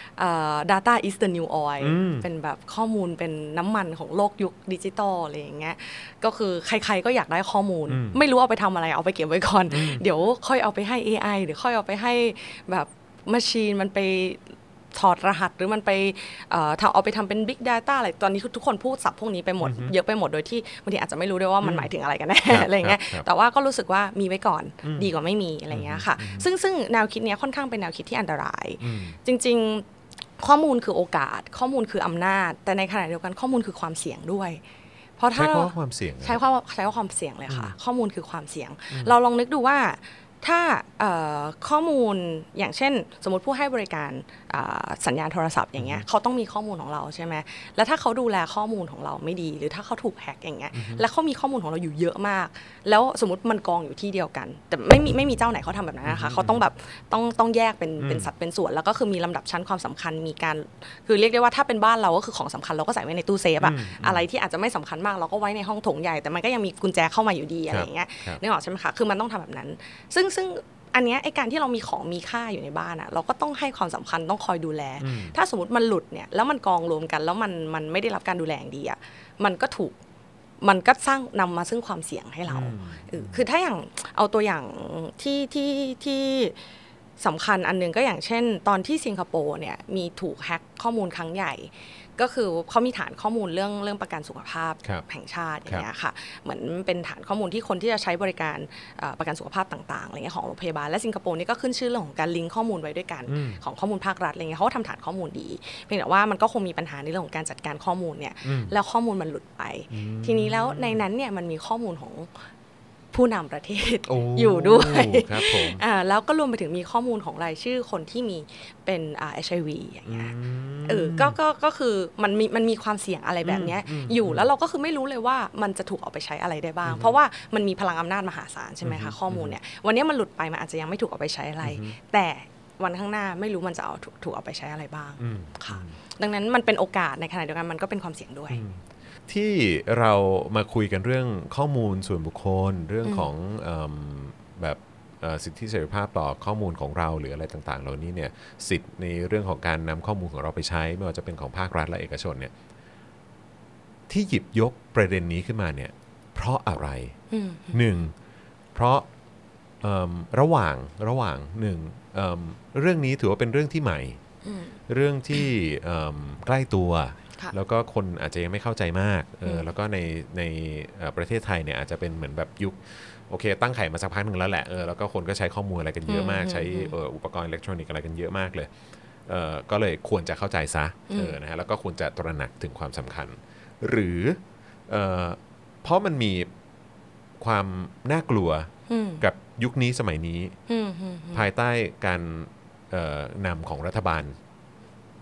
data is the new oil เป็นแบบข้อมูลเป็นน้ำมันของโลกยุคดิจิตอลอะไรอย่างเงี้ยก็คือใครๆก็อยากได้ข้อมูลไม่รู้เอาไปทำอะไรเอาไปเก็บไว้ก่อนเดี๋ยวค่อยเอาไปให้ เอ ไอ หรือค่อยเอาไปให้แบบแมชชีนมันไปถอดรหัสหรือมันไปทำเอาไปทำเป็น Big Data อะไรตอนนี้ทุกคนพูดศัพท์พวกนี้ไปหมดเยอะไปหมดโดยที่บางทีอาจจะไม่รู้ด้วยว่ามันหมายถึงอะไรกันแน่อะไรเงี้ยแต่ว่าก็รู้สึกว่ามีไว้ก่อนดีกว่าไม่มีอะไรเงี้ยค่ะซึ่งซึ่งแนวคิดนี้ค่อนข้างเป็นแนวคิดที่อันตรายจริงๆข้อมูลคือโอกาสข้อมูลคืออำนาจแต่ในขณะเดียวกันข้อมูลคือความเสี่ยงด้วยเพราะถ้าใช้ความเสี่ยงใช้ความใช้ความเสี่ยงเลยค่ะข้อมูลคือความเสี่ยงเราลองนึกดูว่าถ้าข้อมูลอย่างเช่นสมมติผู้ให้บริการสัญญาณโทรศัพท์อย่างเงี้ยเขาต้องมีข้อมูลของเราใช่ไหมแล้วถ้าเขาดูแลข้อมูลของเราไม่ดีหรือถ้าเขาถูกแฮกอย่างเงี้ยแล้วเขามีข้อมูลของเราอยู่เยอะมากแล้วสมมติมันกองอยู่ที่เดียวกันแต่ไม่มีไม่มีเจ้าไหนเขาทำแบบนั้นนะคะเขาต้องแบบต้องต้องแยกเป็นเป็นสัดเป็นส่วนแล้วก็คือมีลำดับชั้นความสำคัญมีการคือเรียกได้ว่าถ้าเป็นบ้านเราก็คือของสำคัญเราก็ใส่ไว้ในตู้เซฟอะอะไรที่อาจจะไม่สำคัญมากเราก็ไว้ในห้องโถงใหญ่แต่มันก็ยังมีกุญแจเข้ามาอยู่ดีอะไรอย่างเงี้ยนึกออกใช่ไหมคะคือมันต้องทำแบบนั้นซึ่งซึ่งอันนี้ไอ้การที่เรามีของมีค่าอยู่ในบ้านอะเราก็ต้องให้ความสำคัญต้องคอยดูแลถ้าสมมติมันหลุดเนี่ยแล้วมันกองรวมกันแล้วมันมันไม่ได้รับการดูแลอย่างดีอะมันก็ถูกมันก็สร้างนำมาซึ่งความเสี่ยงให้เราคือถ้าอย่างเอาตัวอย่างที่ที่ที่สำคัญอันนึงก็อย่างเช่นตอนที่สิงคโปร์เนี่ยมีถูกแฮกข้อมูลครั้งใหญ่ก็คือเขามีฐานข้อมูลเรื่องเรื่องประกันสุขภาพแห่งชาติอย่างเงี้ยค่ะเหมือนเป็นฐานข้อมูลที่คนที่จะใช้บริการประกันสุขภาพต่างๆอะไรเงี้ยของโรงพยาบาลและสิงคโปร์นี่ก็ขึ้นชื่อเรื่องของการลิงก์ข้อมูลไว้ด้วยกันของข้อมูลภาครัฐอะไรเงี้ยเขาก็ทำฐานข้อมูลดีเพียงแต่ว่ามันก็คงมีปัญหาในเรื่องของการจัดการข้อมูลเนี่ยแล้วข้อมูลมันหลุดไปทีนี้แล้วในนั้นเนี่ยมันมีข้อมูลของผู้นำประเทศ อ, อยู่ด้วยแล้วก็รวมไปถึงมีข้อมูลของรายชื่อคนที่มีเป็น เอช ไอ วี อย่างเงี้ยเออก็ก็ก็คือมันมีมันมีความเสี่ยงอะไรแบบนี้อยู่แล้วเราก็คือไม่รู้เลยว่ามันจะถูกเอาไปใช้อะไรได้บ้างเพราะว่ามันมีพลังอำนาจมหาศาลใช่ไหมคะข้อมูลเนี่ยวันนี้มันหลุดไปมันอาจจะยังไม่ถูกเอาไปใช้อะไรแต่วันข้างหน้าไม่รู้มันจะเอาถูกเอาไปใช้อะไรบ้างค่ะดังนั้นมันเป็นโอกาสในขณะเดียวกันมันก็เป็นความเสี่ยงด้วยที่เรามาคุยกันเรื่องข้อมูลส่วนบุคคลเรื่องของเอ่อแบบสิทธิเสรีภาพต่อข้อมูลของเราหรืออะไรต่างๆเหล่านี้เนี่ยสิทธิ์ในเรื่องของการนำข้อมูลของเราไปใช้ไม่ว่าจะเป็นของภาครัฐและเอกชนเนี่ยที่หยิบยกประเด็นนี้ขึ้นมาเนี่ยเพราะอะไรหนึ่งเพราะระหว่างระหว่างหนึ่งเอ่อเรื่องนี้ถือว่าเป็นเรื่องที่ใหม่เรื่องที่ใกล้ตัวแล้วก็คนอาจจะยังไม่เข้าใจมากเออแล้วก็ในในประเทศไทยเนี่ยอาจจะเป็นเหมือนแบบยุคโอเคตั้งไข่มาสักพักหนึ่งแล้วแหละเออแล้วก็คนก็ใช้ข้อมูลอะไรกันเยอะมากใช้อุปกรณ์อิเล็กทรอนิกส์อะไรกันเยอะมากเลยเออก็เลยควรจะเข้าใจซะเออนะฮะแล้วก็ควรจะตระหนักถึงความสำคัญหรือเออเพราะมันมีความน่ากลัวกับยุคนี้สมัยนี้ภายใต้การนำของรัฐบาล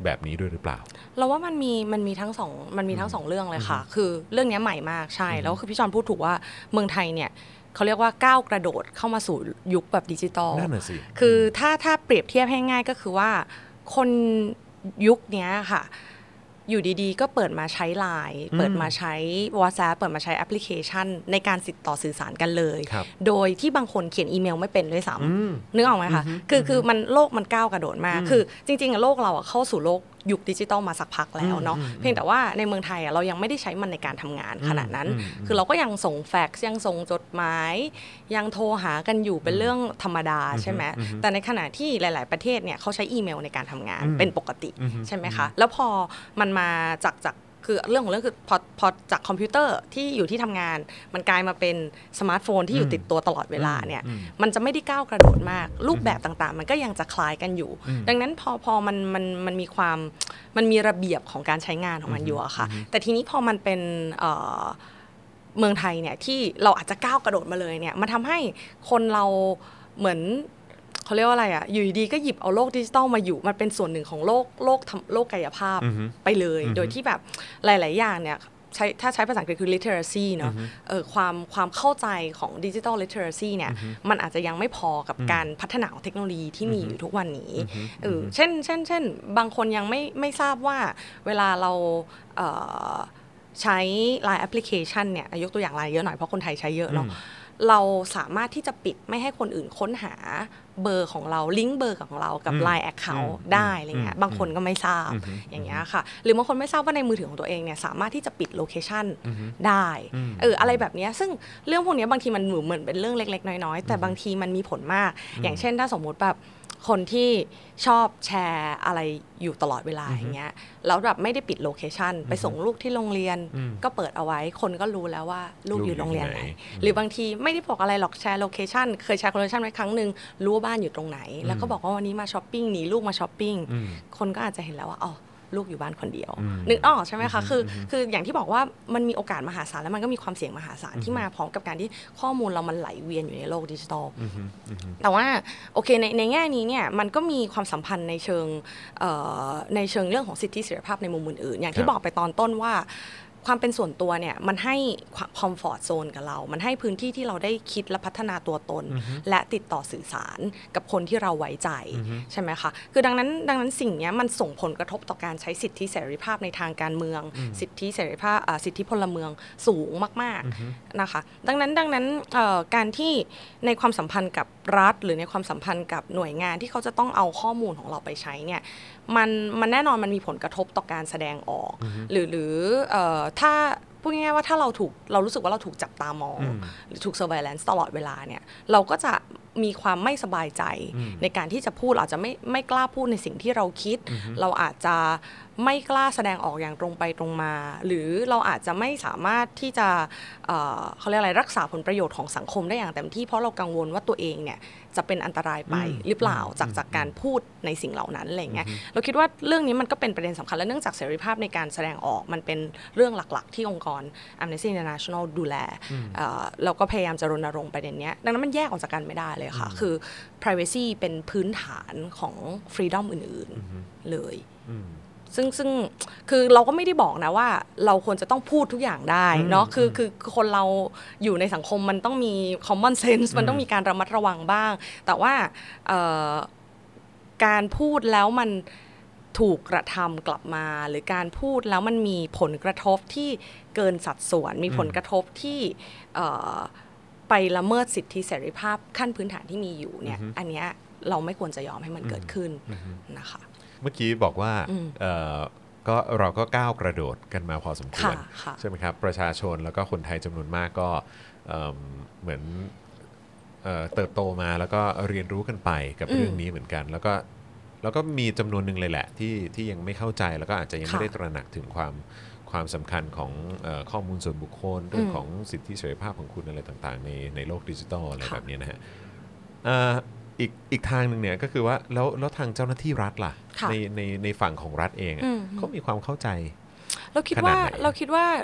แบบนี้ด้วยหรือเปล่าเราว่ามันมีมันมีทั้งสองมันมีทั้งสองเรื่องเลยค่ะคือเรื่องนี้ใหม่มากใช่แล้วคือพี่จอนพูดถูกว่าเมืองไทยเนี่ยเขาเรียกว่าก้าวกระโดดเข้ามาสู่ยุคแบบดิจิตอลนั่นน่ะสิคือถ้าถ้าเปรียบเทียบให้ง่ายก็คือว่าคนยุคนี้ค่ะอยู่ดีๆก็เปิดมาใช้ ไลน์ เปิดมาใช้ WhatsApp เปิดมาใช้แอปพลิเคชันในการติดต่อสื่อสารกันเลยโดยที่บางคนเขียนอีเมลไม่เป็นด้วยซ้ำนึกออกไหมคะคือคือมันโลกมันก้าวกระโดดมากคือจริงๆโลกเราเข้าสู่โลกยุคดิจิตอลมาสักพักแล้วเนาะเพียงแต่ว่าในเมืองไทยเรายังไม่ได้ใช้มันในการทำงานขนาดนั้นคือเราก็ยังส่งแฟกซ์ยังส่งจดหมายยังโทรหากันอยู่เป็นเรื่องธรรมดาใช่ไหมแต่ในขณะที่หลายๆประเทศเนี่ยเขาใช้อีเมลในการทำงานเป็นปกติใช่ไหมคะแล้วพอมันมาจากจากคือเรื่องของเรื่องคือพอพอจากคอมพิวเตอร์ที่อยู่ที่ทำงานมันกลายมาเป็นสมาร์ทโฟนที่อยู่ติดตัวตลอดเวลาเนี่ยมันจะไม่ได้ก้าวกระโดดมากรูปแบบต่างๆมันก็ยังจะคล้ายกันอยู่ดังนั้นพอพอมันมันมันมีความมันมีระเบียบของการใช้งานของมันอยู่อะค่ะแต่ทีนี้พอมันเป็นเอ่อเมืองไทยเนี่ยที่เราอาจจะก้าวกระโดดมาเลยเนี่ยมันทำให้คนเราเหมือนเขาเรียกว่าอะไรอ่ะอยู่ดีก็หยิบเอาโลกดิจิตอลมาอยู่มันเป็นส่วนหนึ่งของโลกโลกโลกกายภาพไปเลยโดยที่แบบหลายๆอย่างเนี่ยใช้ถ้าใช้ภาษาอังกฤษคือ literacy เนาะเออความความเข้าใจของ digital literacy เนี่ยมันอาจจะยังไม่พอกับการพัฒนาของเทคโนโลยีที่มีอยู่ทุกวันนี้เออเช่นเช่นเช่นบางคนยังไม่ไม่ทราบว่าเวลาเราเอ่อใช้ ไลน์ application เนี่ยยกตัวอย่าง ไลน์ เยอะหน่อยเพราะคนไทยใช้เยอะเนาะเราสามารถที่จะปิดไม่ให้คนอื่นค้นหาเบอร์ของเราลิงก์เบอร์ของเรากับ ไลน์ Account ได้อะไรเงี้ยบางคนก็ไม่ทราบอย่างเงี้ยค่ะหรือบางคนไม่ทราบว่าในมือถือของตัวเองเนี่ยสามารถที่จะปิดโลเคชันได้เอออะไรแบบนี้ซึ่งเรื่องพวกนี้บางทีมันเหมือนเป็นเรื่องเล็กๆน้อยๆแต่บางทีมันมีผลมากอย่างเช่นถ้าสมมุติแบบคนที่ชอบแชร์อะไรอยู่ตลอดเวลาอย่างเงี้ยแล้วแบบไม่ได้ปิดโลเคชันไปส่งลูกที่โรงเรียนก็เปิดเอาไว้คนก็รู้แล้วว่าลูกอยู่โรงเรียนไหนหรือบางทีไม่ได้บอกอะไรหรอกแชร์โลเคชันเคยแชร์โลเคชันไว้ครั้งนึงรู้ว่าบ้านอยู่ตรงไหนแล้วก็บอกว่าวันนี้มาช้อปปิ้งหนีลูกมาช้อปปิ้งคนก็อาจจะเห็นแล้วว่าอ๋อลูกอยู่บ้านคนเดียวนึกออกใช่ไหมคะคือคืออย่างที่บอกว่ามันมีโอกาสมหาศาลแล้วมันก็มีความเสี่ยงมหาศาลที่มาพร้อมกับการที่ข้อมูลเรามันไหลเวียนอยู่ในโลกดิจิทัลแต่ว่าโอเคในในแง่นี้เนี่ยมันก็มีความสัมพันธ์ในเชิงในเชิงเรื่องของสิทธิเสรีภาพในมุมอื่นๆอย่างที่บอกไปตอนต้นว่าความเป็นส่วนตัวเนี่ยมันให้คอมฟอร์ตโซนกับเรามันให้พื้นที่ที่เราได้คิดและพัฒนาตัวตนและติดต่อสื่อสารกับคนที่เราไว้ใจใช่ไหมคะคือดังนั้นดังนั้นสิ่งนี้มันส่งผลกระทบต่อการใช้สิทธิเสรีภาพในทางการเมืองสิทธิเสรีภาพสิทธิพลเมืองสูงมากๆนะคะดังนั้นดังนั้นการที่ในความสัมพันธ์กับรัฐหรือในความสัมพันธ์กับหน่วยงานที่เขาจะต้องเอาข้อมูลของเราไปใช้เนี่ยมันมันแน่นอนมันมีผลกระทบต่อการแสดงออกหรือหรือถ้าพูดง่ายๆว่าถ้าเราถูกเรารู้สึกว่าเราถูกจับตามองหรือถูก surveillance ตลอดเวลาเนี่ยเราก็จะมีความไม่สบายใจในการที่จะพูดอาจจะไม่ไม่กล้าพูดในสิ่งที่เราคิดเราอาจจะไม่กล้าแสดงออกอย่างตรงไปตรงมาหรือเราอาจจะไม่สามารถที่จะเอ่อเขาเรียกอะไรรักษาผลประโยชน์ของสังคมได้อย่างเต็มที่เพราะเรากังวลว่าตัวเองเนี่ยจะเป็นอันตรายไปหรือเปล่าจากจากการพูดในสิ่งเหล่านั้นอะไรเงี้ยเราคิดว่าเรื่องนี้มันก็เป็นประเด็นสำคัญและเนื่องจากเสรีภาพในการแสดงออกมันเป็นเรื่องหลักๆที่องค์กร Amnesty International ดูแลแล้วก็พยายามจะรณรงค์ประเด็นนี้ดังนั้นมันแยกออกจากกันไม่ได้เลยค่ะคือ privacy เป็นพื้นฐานของ freedom อื่นๆเลยซึ่งซึ่งคือเราก็ไม่ได้บอกนะว่าเราควรจะต้องพูดทุกอย่างได้เนาะคือคือคนเราอยู่ในสังคมมันต้องมี common sense มันต้องมีการระมัดระวังบ้างแต่ว่าการพูดแล้วมันถูกกระทำกลับมาหรือการพูดแล้วมันมีผลกระทบที่เกินสัดส่วนมีผลกระทบที่ไปละเมิดสิทธิเสรีภาพขั้นพื้นฐานที่มีอยู่เนี่ยอันเนี้ยเราไม่ควรจะยอมให้มันเกิดขึ้นนะคะเมื่อกี้บอกว่าก็เราก็ก้าวกระโดดกันมาพอสมควรใช่ไหมครับประชาชนแล้วก็คนไทยจำนวนมากก็เหมือนเติบโตมาแล้วก็เรียนรู้กันไปกับเรื่องนี้เหมือนกันแล้วก็แล้วก็มีจำนวนหนึ่งเลยแหละที่ที่ยังไม่เข้าใจแล้วก็อาจจะยังไม่ได้ตระหนักถึงความความสำคัญของเอ่อข้อมูลส่วนบุคคลเรื่องของสิทธิเสรีภาพของคุณอะไรต่างๆในในโลกดิจิทัลอะไรแบบนี้นะฮะอีกอีกทางนึงเนี่ยก็คือว่าแล้วแล้วทางเจ้าหน้าที่รัฐล่ะในในในฝั่งของรัฐเองเขามีความเข้าใจเราคิดว่าเราคิดว่า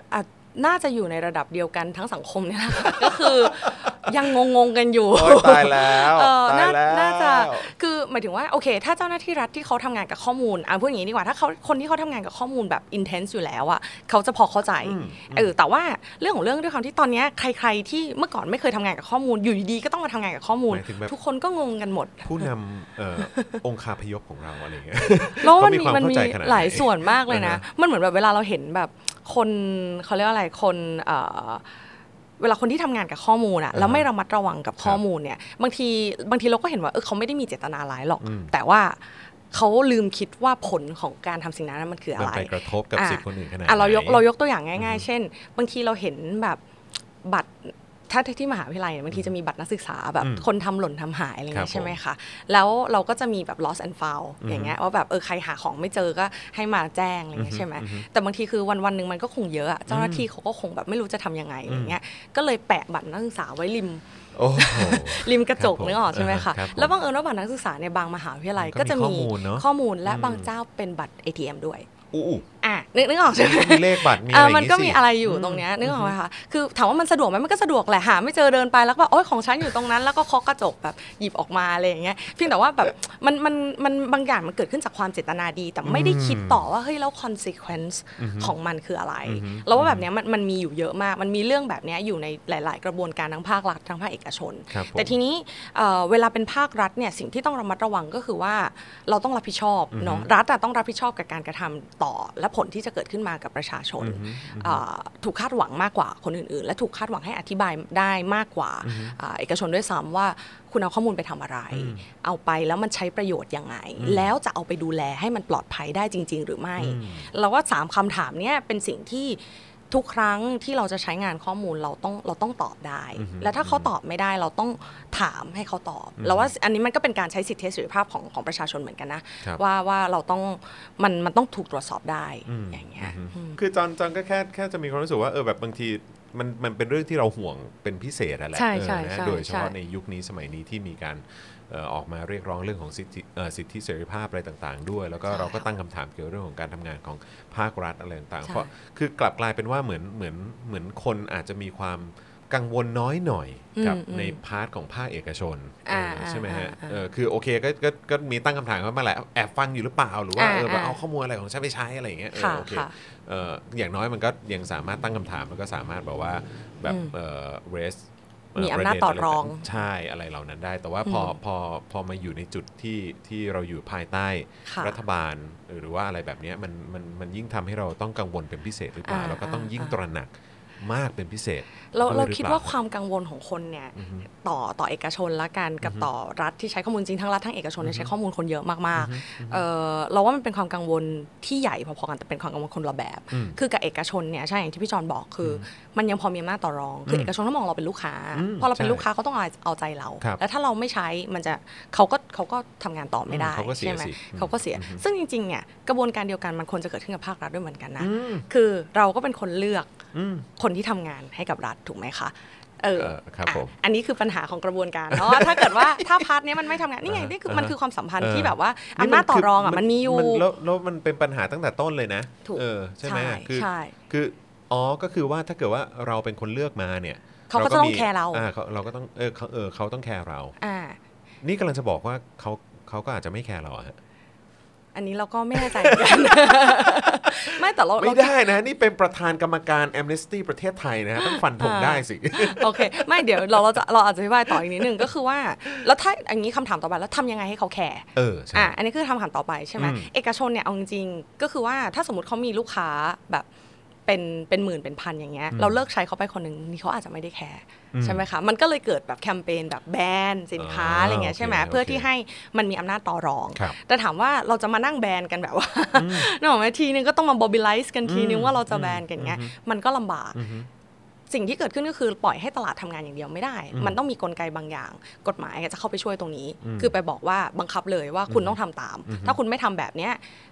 น่าจะอยู่ในระดับเดียวกันทั้งสังคมเนี่ยแหละค่ะ ก็คือยังงงๆกันอยู่ตายแล้วตายแล้วน่าจะคือหมายถึงว่าโอเคถ้าเจ้าหน้าที่รัฐที่เขาทำงานกับข้อมูลอ่ะพูดอย่างนี้ดีกว่าถ้าเขาคนที่เขาทำงานกับข้อมูลแบบ intense อยู่แล้วอ่ะเขาจะพอเข้าใจเออแต่ว่าเรื่องของเรื่องด้วยความที่ตอนนี้ใครๆที่เมื่อก่อนไม่เคยทำงานกับข้อมูลอยู่ดีๆก็ต้องมาทำงานกับข้อมูลทุกคนก็งงกันหมดผู้นำองค์คาพยพของเราอะไรเงี้ยแล้วมันมีมันมีหลายส่วนมากเลยนะมันเหมือนแบบเวลาเราเห็นแบบคนเขาเรียกอะไรคนเอ่อเวลาคนที่ทำงานกับข้อมูลอะแล้วไม่ระมัดระวังกับข้อมูลเนี่ยบางทีบางทีเราก็เห็นว่าเออเขาไม่ได้มีเจตนาร้ายหรอกแต่ว่าเขาลืมคิดว่าผลของการทำสิ่งนั้นมันคืออะไรมันไปกระทบกับสิทธิคนอื่นขนาดไหนเรายกเรายกตัวอย่างง่ายๆเช่นบางทีเราเห็นแบบบัตรถ้าที่มหาวิทยาลัยบางทีจะมีบัตรนักศึกษาแบบคนทำหล่นทำหายอะไรอย่างเงี้ยใช่ไหมคะแล้วเราก็จะมีแบบ lost and found อย่างเงี้ยว่าแบบเออใครหาของไม่เจอก็ให้มาแจ้งอะไรเงี้ยใช่ไหมแต่บางทีคือวันวันหนึ่งมันก็คงเยอะเจ้าหน้าที่เขาก็คงแบบไม่รู้จะทำยังไงอย่างเงี้ยก็เลยแปะบัตรนักศึกษาไว้ริมริมกระจกนึกออกใช่ไหมคะแล้วบังเอิญว่าบัตรนักศึกษาในบางมหาวิทยาลัยก็จะมีข้อมูลและบางเจ้าเป็นบัตร เอ ที เอ็ม ด้วยอ่ะนึกนึกออกใช่ไหมมีเลขบัตรมีอะไรมันก็มีอะไรอยู่ตรงเนี้ยนึกออกไหมคะคือถามว่ามันสะดวกไหมมันก็สะดวกแหละหาไม่เจอเดินไปแล้วก็โอ๊ยของฉันอยู่ตรงนั้นแล้วก็เคาะกระจกแบบหยิบออกมาอะไรอย่างเงี้ยเพียงแต่ว่าแบบมันมันมันบางอย่างมันเกิดขึ้นจากความเจตนาดีแต่ไม่ได้คิดต่อว่าเฮ้ยแล้ว consequence ของมันคืออะไรแล้วว่าแบบเนี้ยมันมันมีอยู่เยอะมากมันมีเรื่องแบบเนี้ยอยู่ในหลายๆกระบวนการทั้งภาครัฐทั้งภาคเอกชนแต่ทีนี้เวลาเป็นภาครัฐเนี่ยสิ่งที่ต้องระมัดระวังก็คือว่าเราต้องรับผิดชอบเนาะรัฐต้องรับผิดชอบกับการกระทำต่อและผลที่จะเกิดขึ้นมากับประชาชนถูกคาดหวังมากกว่าคนอื่นๆและถูกคาดหวังให้อธิบายได้มากกว่าเอกชนด้วยซ้ำว่าคุณเอาข้อมูลไปทำอะไรเอาไปแล้วมันใช้ประโยชน์ยังไงแล้วจะเอาไปดูแลให้มันปลอดภัยได้จริงๆหรือไม่เราว่าสามคำถามนี้เป็นสิ่งที่ทุกครั้งที่เราจะใช้งานข้อมูลเราต้องเราต้องตอบได้และถ้าเขาตอบไม่ได้เราต้องถามให้เขาตอบแล้วว่าอันนี้มันก็เป็นการใช้สิทธิเสรีภาพของของประชาชนเหมือนกันนะว่าว่าเราต้องมันมันต้องถูกตรวจสอบได้อย่างเงี้ยคือจอนจอนก็แค่แค่จะมีความรู้สึกว่าเออแบบบางทีมันมันเป็นเรื่องที่เราห่วงเป็นพิเศษอะไรนะโดยเฉพาะในยุคนี้สมัยนี้ที่มีการออกมาเรียกร้องเรื่องของสิทธิสิทธิเสรีภาพอะไรต่างๆด้วยแล้วก็เราก็ตั้งคำถามเกี่ยวกับเรื่องของการทำงานของภาครัฐอะไรต่างๆเพราะคือกลับกลายเป็นว่าเหมือนเหมือนเหมือนคนอาจจะมีความกังวลน้อยหน่อยกับในพาร์ทของภาคเอกชนใช่ไหมฮะคือโอเคก็ก็ก็มีตั้งคำถามเข้ามาแหละแอบฟังอยู่หรือเปล่าหรือว่าเออเอาข้อมูลอะไรของฉันไปใช้อะไรอย่างเงี้ยโอเคอย่างน้อยมันก็ยังสามารถตั้งคำถามแล้วก็สามารถแบบว่าแบบเอ่อ raise มีอำนาจต่อรองใช่อะไรเหล่านั้นได้แต่ว่าพอพอพอมาอยู่ในจุดที่ที่เราอยู่ภายใต้รัฐบาลหรือว่าอะไรแบบนี้มันมันมันยิ่งทำให้เราต้องกังวลเป็นพิเศษหรือเปล่าแล้วก็ต้องยิ่งตระหนักมากเป็นพิเศษเราเราคิดว่าความกังวลของคนเนี่ยต่อต่อเอกชนละกันกับต่อรัฐที่ใช้ข้อมูลจริงทั้งรัฐทั้งเอกชนใช้ข้อมูลคนเยอะมากๆเออเราว่ามันเป็นความกังวลที่ใหญ่พอๆกันแต่เป็นความกังวลคนละแบบคือกับเอกชนเนี่ยใช่อย่างที่พี่จอนบอกคือมันยังพอมีอำนาจต่อรองคือเอกชนเขามองเราเป็นลูกค้าพอเราเป็นลูกค้าเขาต้องเอาใจเราแล้วถ้าเราไม่ใช้มันจะเขาก็เขาก็ทำงานต่อไม่ได้ใช่ไหมเขาก็เสียซึ่งจริงๆเนี่ยกระบวนการเดียวกันมันควรจะเกิดขึ้นกับภาครัฐด้วยเหมือนกันนะคือเราก็เป็นคนเลือกคนที่ทำงานให้กับรัฐถูกไหมคะเออครับผมอันนี้คือปัญหาของกระบวนการเนาะถ้าเกิดว่าถ้าพาร์ทนี้มันไม่ทำงานนี่ไงนี่คือมันคือความสัมพันธ์ที่แบบว่าอำนาจต่อรองอ่ะมันมีอยู่แล้วแล้วมันเป็นปัญหาตั้งแต่ต้นเลยนะเออใช่ไหมคือคืออ๋อก็คือว่าถ้าเกิดว่าเราเป็นคนเลือกมาเนี่ยเขาก็ต้องแคร์เราอ่าเราก็ต้องเออเขาเออเขาต้องแคร์เราอ่านี่กำลังจะบอกว่าเขาเขาก็อาจจะไม่แคร์เราอะอันนี้เราก็ไม่แน่ใจเหมือนกันไม่แต่เราไม่ได้นะนี่เป็นประธานกรรมการ Amnesty ประเทศไทยนะฮะต้องฟันธงได้สิโอเคไม่เดี๋ยวเราเราจะเราอาจจะอธิบายต่ออีกนิดนึงก็คือว่าแล้วถ้าอย่างนี้คำถามต่อไปแล้วทำยังไงให้เขาแคร์เออใช่อ่ะอันนี้คือคำถามต่อไปใช่ไหมเอกชนเนี่ยเอาจริงๆก็คือว่าถ้าสมมติเขามีลูกค้าแบบเป็นเป็นหมื่นเป็นพันอย่างเงี้ยเราเลิกใช้เขาไปคนนึงนี่เขาอาจจะไม่ได้แคร์ใช่ไหมคะมันก็เลยเกิดแบบแคมเปญแบบแบนสินค้าอะไรเงี้ยใช่ไหมเพื่อที่ให้มันมีอำนาจต่อรองแต่ถามว่าเราจะมานั่งแบนกันแบบว่านึกออกไหมทีนึงก็ต้องมาบอบบี้ไลซ์กันทีนึงว่าเราจะแบนกันเงี้ยมันก็ลำบากสิ่งที่เกิดขึ้นก็คือปล่อยให้ตลาดทำงานอย่างเดียวไม่ได้มันต้องมีกลไกบางอย่างกฎหมายจะเข้าไปช่วยตรงนี้คือไปบอกว่าบังคับเลยว่าคุณต้องทำตามถ้าคุณไม่ทำแบบเนี้ย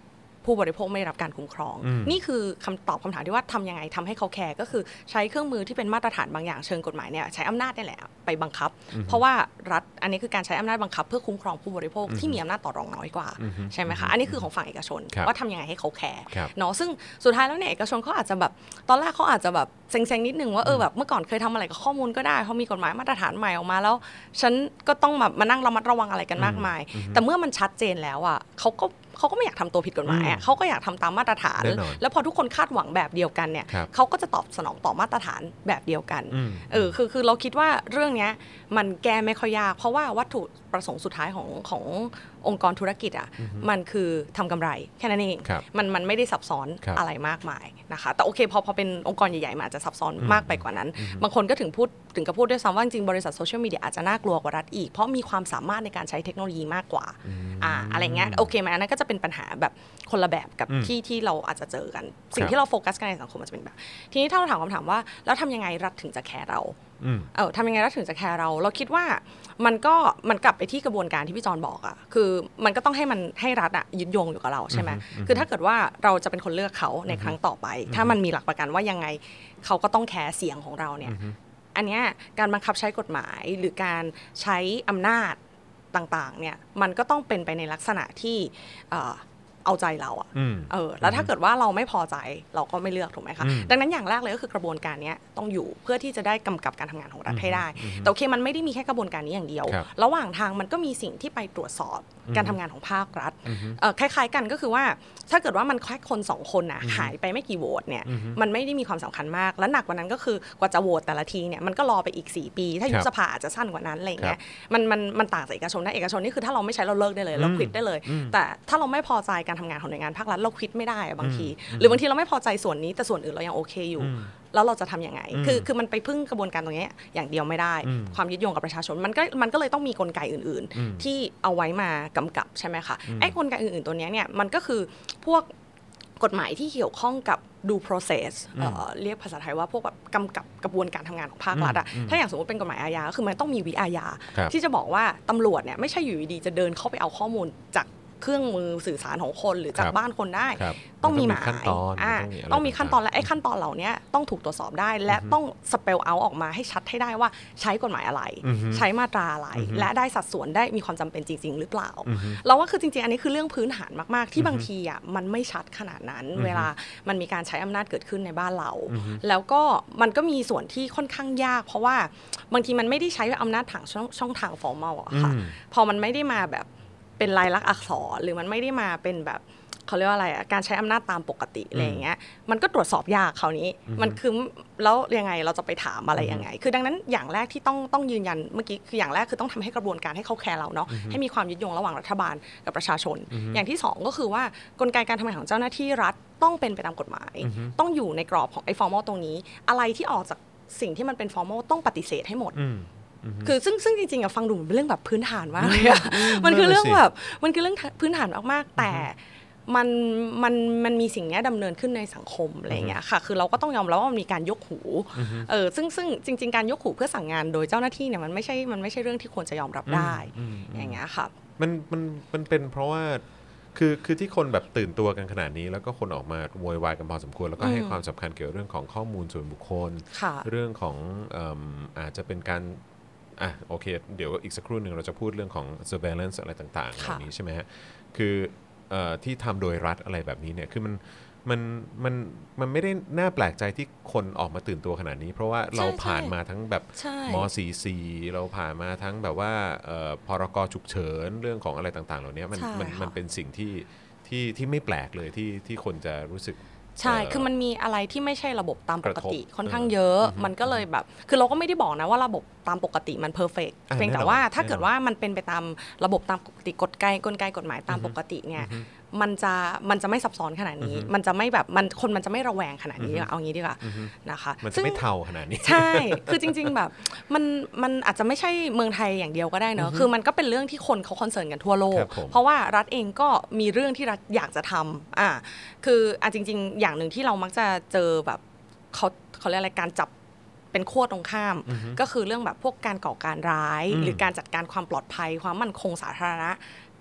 ผู้บริโภคไม่ได้รับการคุ้มครองนี่คือคำตอบคำถามที่ว่าทำยังไงทำให้เขาแคร์ก็คือใช้เครื่องมือที่เป็นมาตรฐานบางอย่างเชิงกฎหมายเนี่ยใช้อำนาจนี่แหละไปบังคับเพราะว่ารัฐอันนี้คือการใช้อำนาจบังคับเพื่อคุ้มครองผู้บริโภคที่มีอำนาจต่อรองน้อยกว่าใช่ไหมคะอันนี้คือของฝั่งเอกชนว่าทำยังไงให้เขาแคร์เนาะซึ่งสุดท้ายแล้วเนี่ยเอกชนเขาอาจจะแบบตอนแรกเขาอาจจะแบบเซ็งๆนิดนึงว่าเออแบบเมื่อก่อนเคยทำอะไรกับข้อมูลก็ได้เขามีกฎหมายมาตรฐานใหม่ออกมาแล้วฉันก็ต้องแบบมานั่งระมัดระวังอะไรกันมากมายแต่เมื่อมันชัดเจนแล้วอ่ะเขาก็เขาก็ไม่อยากทำตัวผิดกฎหมายอ่ะเขาก็อยากทำตามมาตรฐานแล้วพอทุกคนคาดหวังแบบเดียวกันเนี่ยเขาก็จะตอบสนองต่อมาตรฐานแบบเดียวกันเออคือคือเราคิดว่าเรื่องนี้มันแก้ไม่ค่อยยากเพราะว่าวัตถุประสงค์สุดท้ายของขององค์กรธุรกิจอ่ะมันคือทำกำไรแค่นั้นเองมันมันไม่ได้ซับซ้อนอะไรมากมายนะคะแต่โอเคพอพอเป็นองค์กรใหญ่ๆมันอาจจะซับซ้อนมากไปกว่านั้นบางคนก็ถึงพูดถึงกับพูดด้วยซ้ำว่าจริงบริษัทโซเชียลมีเดียอาจจะน่ากลัวกว่ารัฐอีกเพราะมีความสามารถในการใช้เทคโนโลยีมากกว่าอ่าอะไรเงี้ยโอเคไหมอันนั้นก็จะเป็นปัญหาแบบคนละแบบกับที่ที่เราอาจจะเจอกันสิ่งที่เราโฟกัสกันในสังคมมันจะเป็นแบบทีนี้ถ้าเราถามคำถามว่าแล้วทำยังไงรัฐถึงจะแคร์เราเออทำยังไงรัฐถึงจะแคร์เราเราคิดว่ามันก็มันกลับไปที่กระบวนการที่พี่จอนบอกอะคือมันก็ต้องให้มันให้รัฐอะยึดโยงอยู่กับเราใช่ไหมคือถ้าเกิดว่าเราจะเป็นคนเลือกเขาในครั้งต่อไปถ้ามันมีหลักประกันว่ายังไงเขาก็ต้องแคร์เสียงของเราเนี่ยอันเนี้ยการบังคับใช้กฎหมายหรือการใช้อำนาจต่างๆเนี่ยมันก็ต้องเป็นไปในลักษณะที่เอาใจเราอ่ะเออแล้วถ้าเกิดว่าเราไม่พอใจเราก็ไม่เลือกถูกไหมคะดังนั้นอย่างแรกเลยก็คือกระบวนการนี้ต้องอยู่เพื่อที่จะได้กำกับการทำงานของรัฐให้ได้แต่โอเคมันไม่ได้มีแค่กระบวนการนี้อย่างเดียวระหว่างทางมันก็มีสิ่งที่ไปตรวจสอบการทำงานของภาครัฐคล้ายๆกันก็คือว่าถ้าเกิดว่ามันแค่คนสองคนน่ะหายไปไม่กี่โหวตเนี่ยมันไม่ได้มีความสำคัญมากและหนักกว่านั้นก็คือกว่าจะโหวตแต่ละทีเนี่ยมันก็รอไปอีกสี่ปีถ้ายุบสภาอาจจะสั้นกว่านั้นอะไรอย่างเงี้ยมันมันมันต่างจากเอกชนนะเอกชนนี่คือถ้าเราไม่ใช้เราเลิกได้เลยเราควิตได้เลยแต่ถ้าเราไม่พอใจการทำงานของหน่วยงานภาครัฐเราควิตไม่ได้บางทีหรือบางทีเราไม่พอใจส่วนนี้แต่ส่วนอื่นเรายังโอเคอยู่แล้วเราจะทำยังไงคือคือมันไปพึ่งกระบวนการตรงนี้อย่างเดียวไม่ได้ความยึดโยงกับประชาชนมันก็มันก็เลยต้องมีกลไกอื่นๆที่เอาไว้มากำกับใช่ไหมคะไอ้กลไกอื่นๆตัวนี้เนี่ยมันก็คือพวกกฎหมายที่เกี่ยวข้องกับดู process เอ่อเรียกภาษาไทยว่าพวกแบบกำกับกระบวนการทำงานของภาครัฐอะถ้าอย่างสมมติเป็นกฎหมายอาญาก็คือมันต้องมีวิอาญาที่จะบอกว่าตำรวจเนี่ยไม่ใช่อยู่ดีจะเดินเข้าไปเอาข้อมูลจากเครื่องมือสื่อสารของคนหรือจากบ้านคนได้ต้องมีหมายต้องมีขั้นตอนและไอ้ขั้นตอนเหล่านี้ต้องถูกตรวจสอบได้และต้องสเปลเอาออกมาให้ชัดให้ได้ว่าใช้กฎหมายอะไรใช้มาตราอะไรและได้สัดส่วนได้มีความจำเป็นจริงๆหรือเปล่าเราว่าคือจริงๆอันนี้คือเรื่องพื้นฐานมากๆที่บางทีอ่ะมันไม่ชัดขนาดนั้นเวลามันมีการใช้อำนาจเกิดขึ้นในบ้านเราแล้วก็มันก็มีส่วนที่ค่อนข้างยากเพราะว่าบางทีมันไม่ได้ใช้อำนาจทางช่องทางฟอร์มัลอะค่ะพอมันไม่ได้มาแบบเป็นลายลักษณ์อักษรหรือมันไม่ได้มาเป็นแบบเขาเรียกว่าอะไรอ่ะการใช้อำนาจตามปกติอะไรอย่างเงี้ยมันก็ตรวจสอบยากคราวนี้มันคือแล้วยังไงเราจะไปถามอะไรยังไงคือดังนั้นอย่างแรกที่ต้องต้องยืนยันเมื่อกี้คืออย่างแรกคือต้องทำให้กระบวนการให้เขาแคร์เราเนาะให้มีความยึดโยงระหว่างรัฐบาลกับประชาชนอย่างที่สองก็คือว่ากลไกการทำงานของเจ้าหน้าที่รัฐต้องเป็นไปตามกฎหมายต้องอยู่ในกรอบของไอ้ฟอร์มัลตรงนี้อะไรที่ออกจากสิ่งที่มันเป็นฟอร์มัลต้องปฏิเสธให้หมดคือซึ่งซึ่งจริงๆอะฟังดูเป็นเรื่องแบบพื้นฐานมากเลยอะมันคือเรื่องแบบมันคือเรื่องพื้นฐานมากๆแต่มันมันมันมีสิ่งนี้ดำเนินขึ้นในสังคมอะไรอย่างเงี้ยค่ะคือเราก็ต้องยอมรับว่ามันมีการยกหูเออซึ่งซึ่งจริงๆการยกหูเพื่อสั่งงานโดยเจ้าหน้าที่เนี่ยมันไม่ใช่มันไม่ใช่เรื่องที่ควรจะยอมรับได้อย่างเงี้ยค่ะมันมันมันเป็นเพราะว่าคือคือที่คนแบบตื่นตัวกันขนาดนี้แล้วก็คนออกมาโวยวายกันพอสมควรแล้วก็ให้ความสำคัญเกี่ยวกับเรื่องของข้อมูลส่วนบุคคลเรื่องของเอ่ออาจจะเป็นการอ่ะโอเคเดี๋ยวอีกสักครู่หนึ่งเราจะพูดเรื่องของ surveillance อะไรต่างๆเหล่านี้ใช่ไหมฮะคือเอ่อที่ทำโดยรัฐอะไรแบบนี้เนี่ยคือมันมันมันมันไม่ได้น่าแปลกใจที่คนออกมาตื่นตัวขนาดนี้เพราะว่าเราผ่านมาทั้งแบบม.สี่สิบสี่เราผ่านมาทั้งแบบว่าพรก.ฉุกเฉินเรื่องของอะไรต่างๆเหล่านี้มันมันมันเป็นสิ่งที่ที่ที่ไม่แปลกเลยที่ที่คนจะรู้สึกใช่คือมันมีอะไรที่ไม่ใช่ระบบตามปกติค่อนข้างเยอะมันก็เลยแบบคือเราก็ไม่ได้บอกนะว่าระบบตามปกติมันเพอร์เฟกต์เพียงแต่ว่าถ้าเกิดว่ามันเป็นไปตามระบบตามปกติกฎไกกลไกกฎหมายตามปกติเนี่ยมันจะมันจะไม่ซับซ้อนขนาดนี้มันจะไม่แบบมันคนมันจะไม่ระแวงขนาดนี้เอางี้ดีกว่านะคะมันจะไม่เท่าขนาดนี้ใช่คือจริงๆแบบมันมันอาจจะไม่ใช่เมืองไทยอย่างเดียวก็ได้เนอะคือมันก็เป็นเรื่องที่คนเขาคอนเซิร์นกันทั่วโลกเพราะว่ารัฐเองก็มีเรื่องที่รัฐอยากจะทำอ่าคืออ่ะจริงๆอย่างหนึ่งที่เรามักจะเจอแบบเขาเขาเรียกอะไรการจับเป็นขั้วตรงข้ามก็คือเรื่องแบบพวกการก่อการร้ายหรือการจัดการความปลอดภัยความมั่นคงสาธารณะ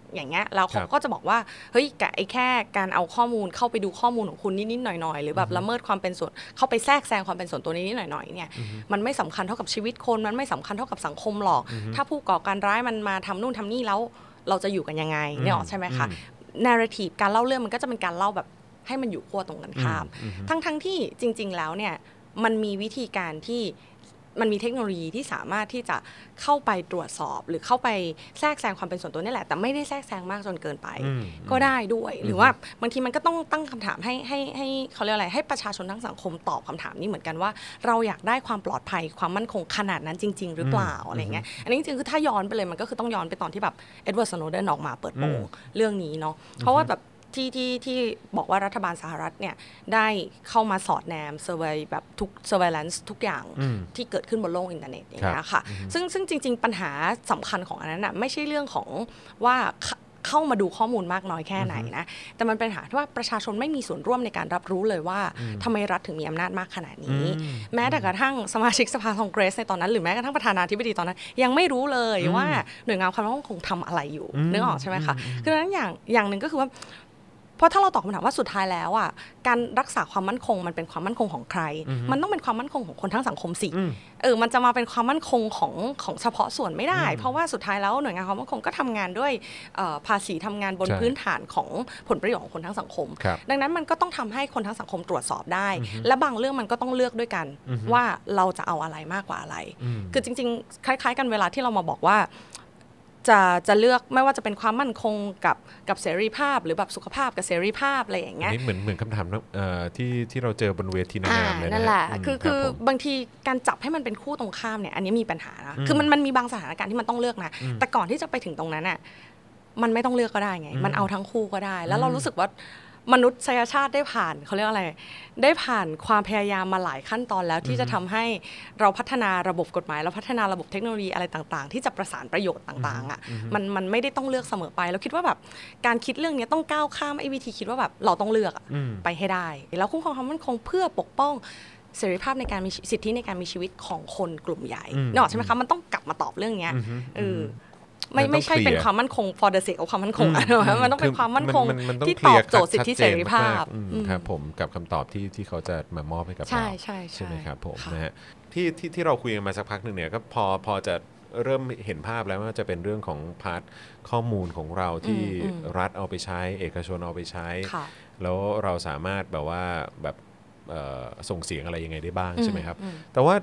อย่างเงี้ยแล้วเขาก็จะบอกว่าเฮ้ยไอ้แค่การเอาข้อมูลเข้าไปดูข้อมูลของคุณนิดๆหน่อยๆหรือแบบละเมิดความเป็นส่วนเข้าไปแทรกแซงความเป็นส่วนตัวนิดๆหน่อยๆเนี่ยมันไม่สำคัญเท่ากับชีวิตคนมันไม่สำคัญเท่ากับสังคมหรอกถ้าผู้ก่อการร้ายมันมาทำนู่นทำนี่แล้วเราจะอยู่กันยังไงเนี่ยหรอใช่ไหมคะ narrative การเล่าเรื่องมันก็จะเป็นการเล่าแบบให้มันอยู่ขั้วตรงกันข้ามทั้งๆที่จริงๆแล้วเนี่ยมันมีวิธีการที่มันมีเทคโนโลยีที่สามารถที่จะเข้าไปตรวจสอบหรือเข้าไปแทรกแซงความเป็นส่วนตัวนี่แหละแต่ไม่ได้แทรกแซงมากจนเกินไปก็ได้ด้วยหรือว่าบางทีมันก็ต้องตั้งคำถามให้ให้ให้เขาเรียกอะไรให้ประชาชนทั้งสังคมตอบคำถามนี้เหมือนกันว่าเราอยากได้ความปลอดภัยความมั่นคงขนาดนั้นจริงๆหรือเปล่าอะไรเงี้ยอันนี้จริงๆคือถ้าย้อนไปเลยมันก็คือต้องย้อนไปตอนที่แบบเอ็ดเวิร์ด สโนว์เดนออกมาเปิดโปงเรื่องนี้เนาะเพราะว่าแบบที่ที่ที่บอกว่ารัฐบาลสหรัฐเนี่ยได้เข้ามาสอดแนมเซอร์เวย์แบบทุก surveillance ทุกอย่างที่เกิดขึ้นบนโลกอินเทอร์เน็ตอย่างเงี้ยค่ะซึ่งซึ่งจริงๆปัญหาสำคัญของอันนั้นน่ะไม่ใช่เรื่องของว่าเข้ามาดูข้อมูลมากน้อยแค่ไหนนะแต่มันเป็นปัญหาที่ว่าประชาชนไม่มีส่วนร่วมในการรับรู้เลยว่าทำไมรัฐถึงมีอำนาจมากขนาดนี้แม้แต่กระทั่งสมาชิกสภาคองเกรสในตอนนั้นหรือแม้กระทั่งประธานาธิบดีตอนนั้นยังไม่รู้เลยว่าหน่วยงานความมั่นคงทำอะไรอยู่นึกออกใช่ไหมคะคือดังนั้นอย่างอย่างหนึ่งก็คือว่าเพราะถ้าเราตอบคำถามว่าสุดท้ายแล้วอ่ะการรักษาความมั่นคงมันเป็นความมั่นคงของใครมันต้องเป็นความมั่นคงของคนทั้งสังคมสิเออมันจะมาเป็นความมั่นคงของของเฉพาะส่วนไม่ได้เพราะว่าสุดท้ายแล้วหน่วยงานความมั่นคงก็ทำงานด้วยภาษีทำงานบนพื้นฐานของผลประโยชน์ของคนทั้งสังคมดังนั้นมันก็ต้องทำให้คนทั้งสังคมตรวจสอบได้และบางเรื่องมันก็ต้องเลือกด้วยกันว่าเราจะเอาอะไรมากกว่าอะไรคือจริงๆคล้ายๆกันเวลาที่เรามาบอกว่าจะจะเลือกไม่ว่าจะเป็นความมั่นคงกับกับเสรีภาพหรือแบบสุขภาพกับเสรีภาพอะไรอย่างเงี้ยนี่เหมือนเหมือนคำถามที่ที่เราเจอบนเวทีนางงามเลยนะนั่นแหละคือคือบางทีการจับให้มันเป็นคู่ตรงข้ามเนี่ยอันนี้มีปัญหานะคือมันมันมีบางสถานการณ์ที่มันต้องเลือกนะแต่ก่อนที่จะไปถึงตรงนั้นอ่ะมันไม่ต้องเลือกก็ได้ไงมันเอาทั้งคู่ก็ได้แล้วเรารู้สึกว่ามนุษยชาติได้ผ่านเขาเรียกอะไรได้ผ่านความพยายามมาหลายขั้นตอนแล้วที่จะทำให้เราพัฒนาระบบกฎหมายเราพัฒนาระบบเทคโนโลยีอะไรต่างๆที่จะประสานประโยชน์ต่างๆอ่ะมันมันไม่ได้ต้องเลือกเสมอไปแล้วคิดว่าแบบการคิดเรื่องนี้ต้องก้าวข้ามไอ้วิธีคิดว่าแบบเราต้องเลือกไปให้ได้แล้วคุ้มครองความมั่นคงเพื่อปกป้องเสรีภาพในการมีสิทธิในการมีชีวิตของคนกลุ่มใหญ่เนอะใช่ไหมคะมันต้องกลับมาตอบเรื่องนี้เออไม่ไม่ใช่เป็นความมั่นคง for the sake of ความมั่นคงอ่ะมันต้องเป็นความมั่นคงที่ตอบโจทย์สิทธิเสรีภาพครับผมกับคำตอบที่ที่เขาจะมามอบให้กับเราใช่ใช่ใช่ไหมครับผมนะฮะที่ที่ที่เราคุยกันมาสักพักหนึ่งเนี่ยก็พอพอจะเริ่มเห็นภาพแล้วว่าจะเป็นเรื่องของพาร์ทข้อมูลของเราที่รัฐเอาไปใช้เอกชนเอาไปใช้แล้วเราสามารถแบบว่าแบบส่งเสียงอะไรยังไงได้บ้างใช่ไหมครับแต่ว่า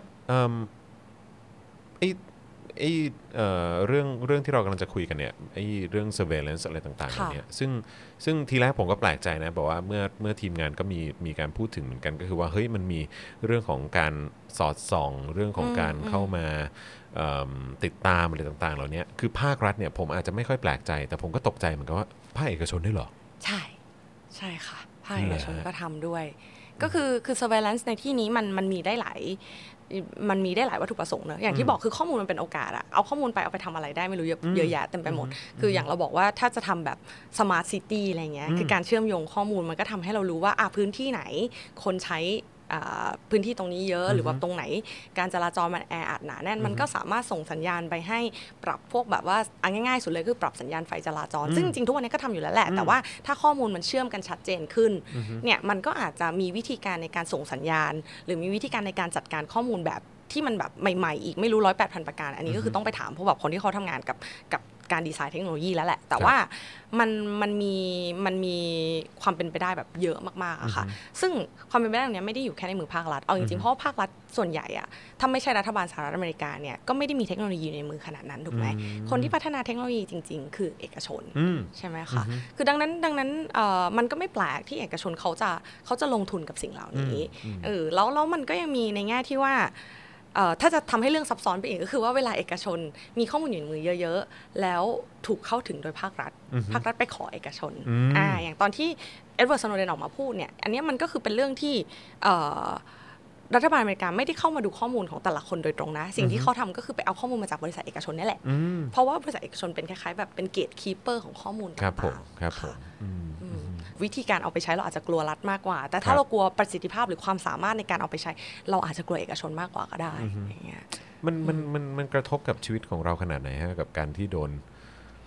ไอ้ไอ้เอ่อเรื่องเรื่องที่เรากำลังจะคุยกันเนี่ยไอ้เรื่อง surveillance อะไรต่างๆเนี่ยซึ่งซึ่งทีแรกผมก็แปลกใจนะบอกว่าเมื่อเมื่อทีมงานก็มีมีการพูดถึงเหมือนกันก็คือว่าเฮ้ยมันมีเรื่องของการสอดส่องเรื่องของการเข้ามาติดตามอะไรต่างๆเหล่านี้คือภาครัฐเนี่ยผมอาจจะไม่ค่อยแปลกใจแต่ผมก็ตกใจเหมือนกันว่าภาคเอกชนด้วยเหรอใช่ใช่ค่ะภาคเอกชนก็ทำด้วยก็คือคือ surveillance ในที่นี้มันมันมีได้หลายมันมีได้หลายวัตถุประสงค์เนอะอย่างที่บอกคือข้อมูลมันเป็นโอกาสอะเอาข้อมูลไปเอาไปทำอะไรได้ไม่รู้เยอะแยะเต็มไปหมดคืออย่างเราบอกว่าถ้าจะทำแบบ smart city อะไรเงี้ยคือการเชื่อมโยงข้อมูลมันก็ทำให้เรารู้ว่าอ่ะพื้นที่ไหนคนใช้พื้นที่ตรงนี้เยอะหรือว่าตรงไหนการจราจรมันแออัดหนาแน่นมันก็สามารถส่งสัญญาณไปให้ปรับพวกแบบว่าง่ายๆสุดเลยคือปรับสัญญาณไฟจราจรซึ่งจริงๆทุกวันนี้ก็ทำอยู่แล้วแหละแต่ว่าถ้าข้อมูลมันเชื่อมกันชัดเจนขึ้นเนี่ยมันก็อาจจะมีวิธีการในการส่งสัญญาณหรือมีวิธีการในการจัดการข้อมูลแบบที่มันแบบใหม่ๆอีกไม่รู้ร้อยแปดพันประการอันนี้ก็คือต้องไปถามพวกแบบคนที่เขาทำงานกับกับการดีไซน์เทคโนโลยีแล้วแหละแต่ว่ามันมันมีมันมีความเป็นไปได้แบบเยอะมากๆอะค่ะซึ่งความเป็นไปได้ตรงนี้ไม่ได้อยู่แค่ในมือภาครัฐเอาจริงๆเพราะว่าภาครัฐส่วนใหญ่อะถ้าไม่ใช่รัฐบาลสหรัฐอเมริกาเนี่ยก็ไม่ได้มีเทคโนโลยีในมือขนาดนั้นถูกไหมคนที่พัฒนาเทคโนโลยีจริงๆคือเอกชนใช่ไหมคะคือดังนั้นดังนั้นมันก็ไม่แปลกที่เอกชนเขาจะเขาจะลงทุนกับสิ่งเหล่านี้เออแล้วแล้วมันก็ยังมีในแง่ที่ว่าถ้าจะทำให้เรื่องซับซ้อนไปอีกก็คือว่าเวลาเอกชนมีข้อมูลอยู่ในมือเยอะๆแล้วถูกเข้าถึงโดยภาครัฐภาครัฐไปขอเอกชนอ่าอย่างตอนที่เอ็ดเวิร์ด สโนว์เดนออกมาพูดเนี่ยอันนี้มันก็คือเป็นเรื่องที่รัฐบาลอเมริกาไม่ได้เข้ามาดูข้อมูลของแต่ละคนโดยตรงนะสิ่งที่เขาทำก็คือไปเอาข้อมูลมาจากบริษัทเอกชนนี่แหละเพราะว่าบริษัทเอกชนเป็นคล้ายๆแบบเป็นเกตคีเปอร์ของข้อมูลต่างๆครับผมวิธีการเอาไปใช้เราอาจจะกลัวรัฐมากกว่าแต่ถ้าเรากลัวประสิทธิภาพหรือความสามารถในการเอาไปใช้เราอาจจะกลัวเอกชนมากกว่าก็ได้อย่างเงี้ยมันมันมันมันกระทบกับชีวิตของเราขนาดไหนฮะกับการที่โดน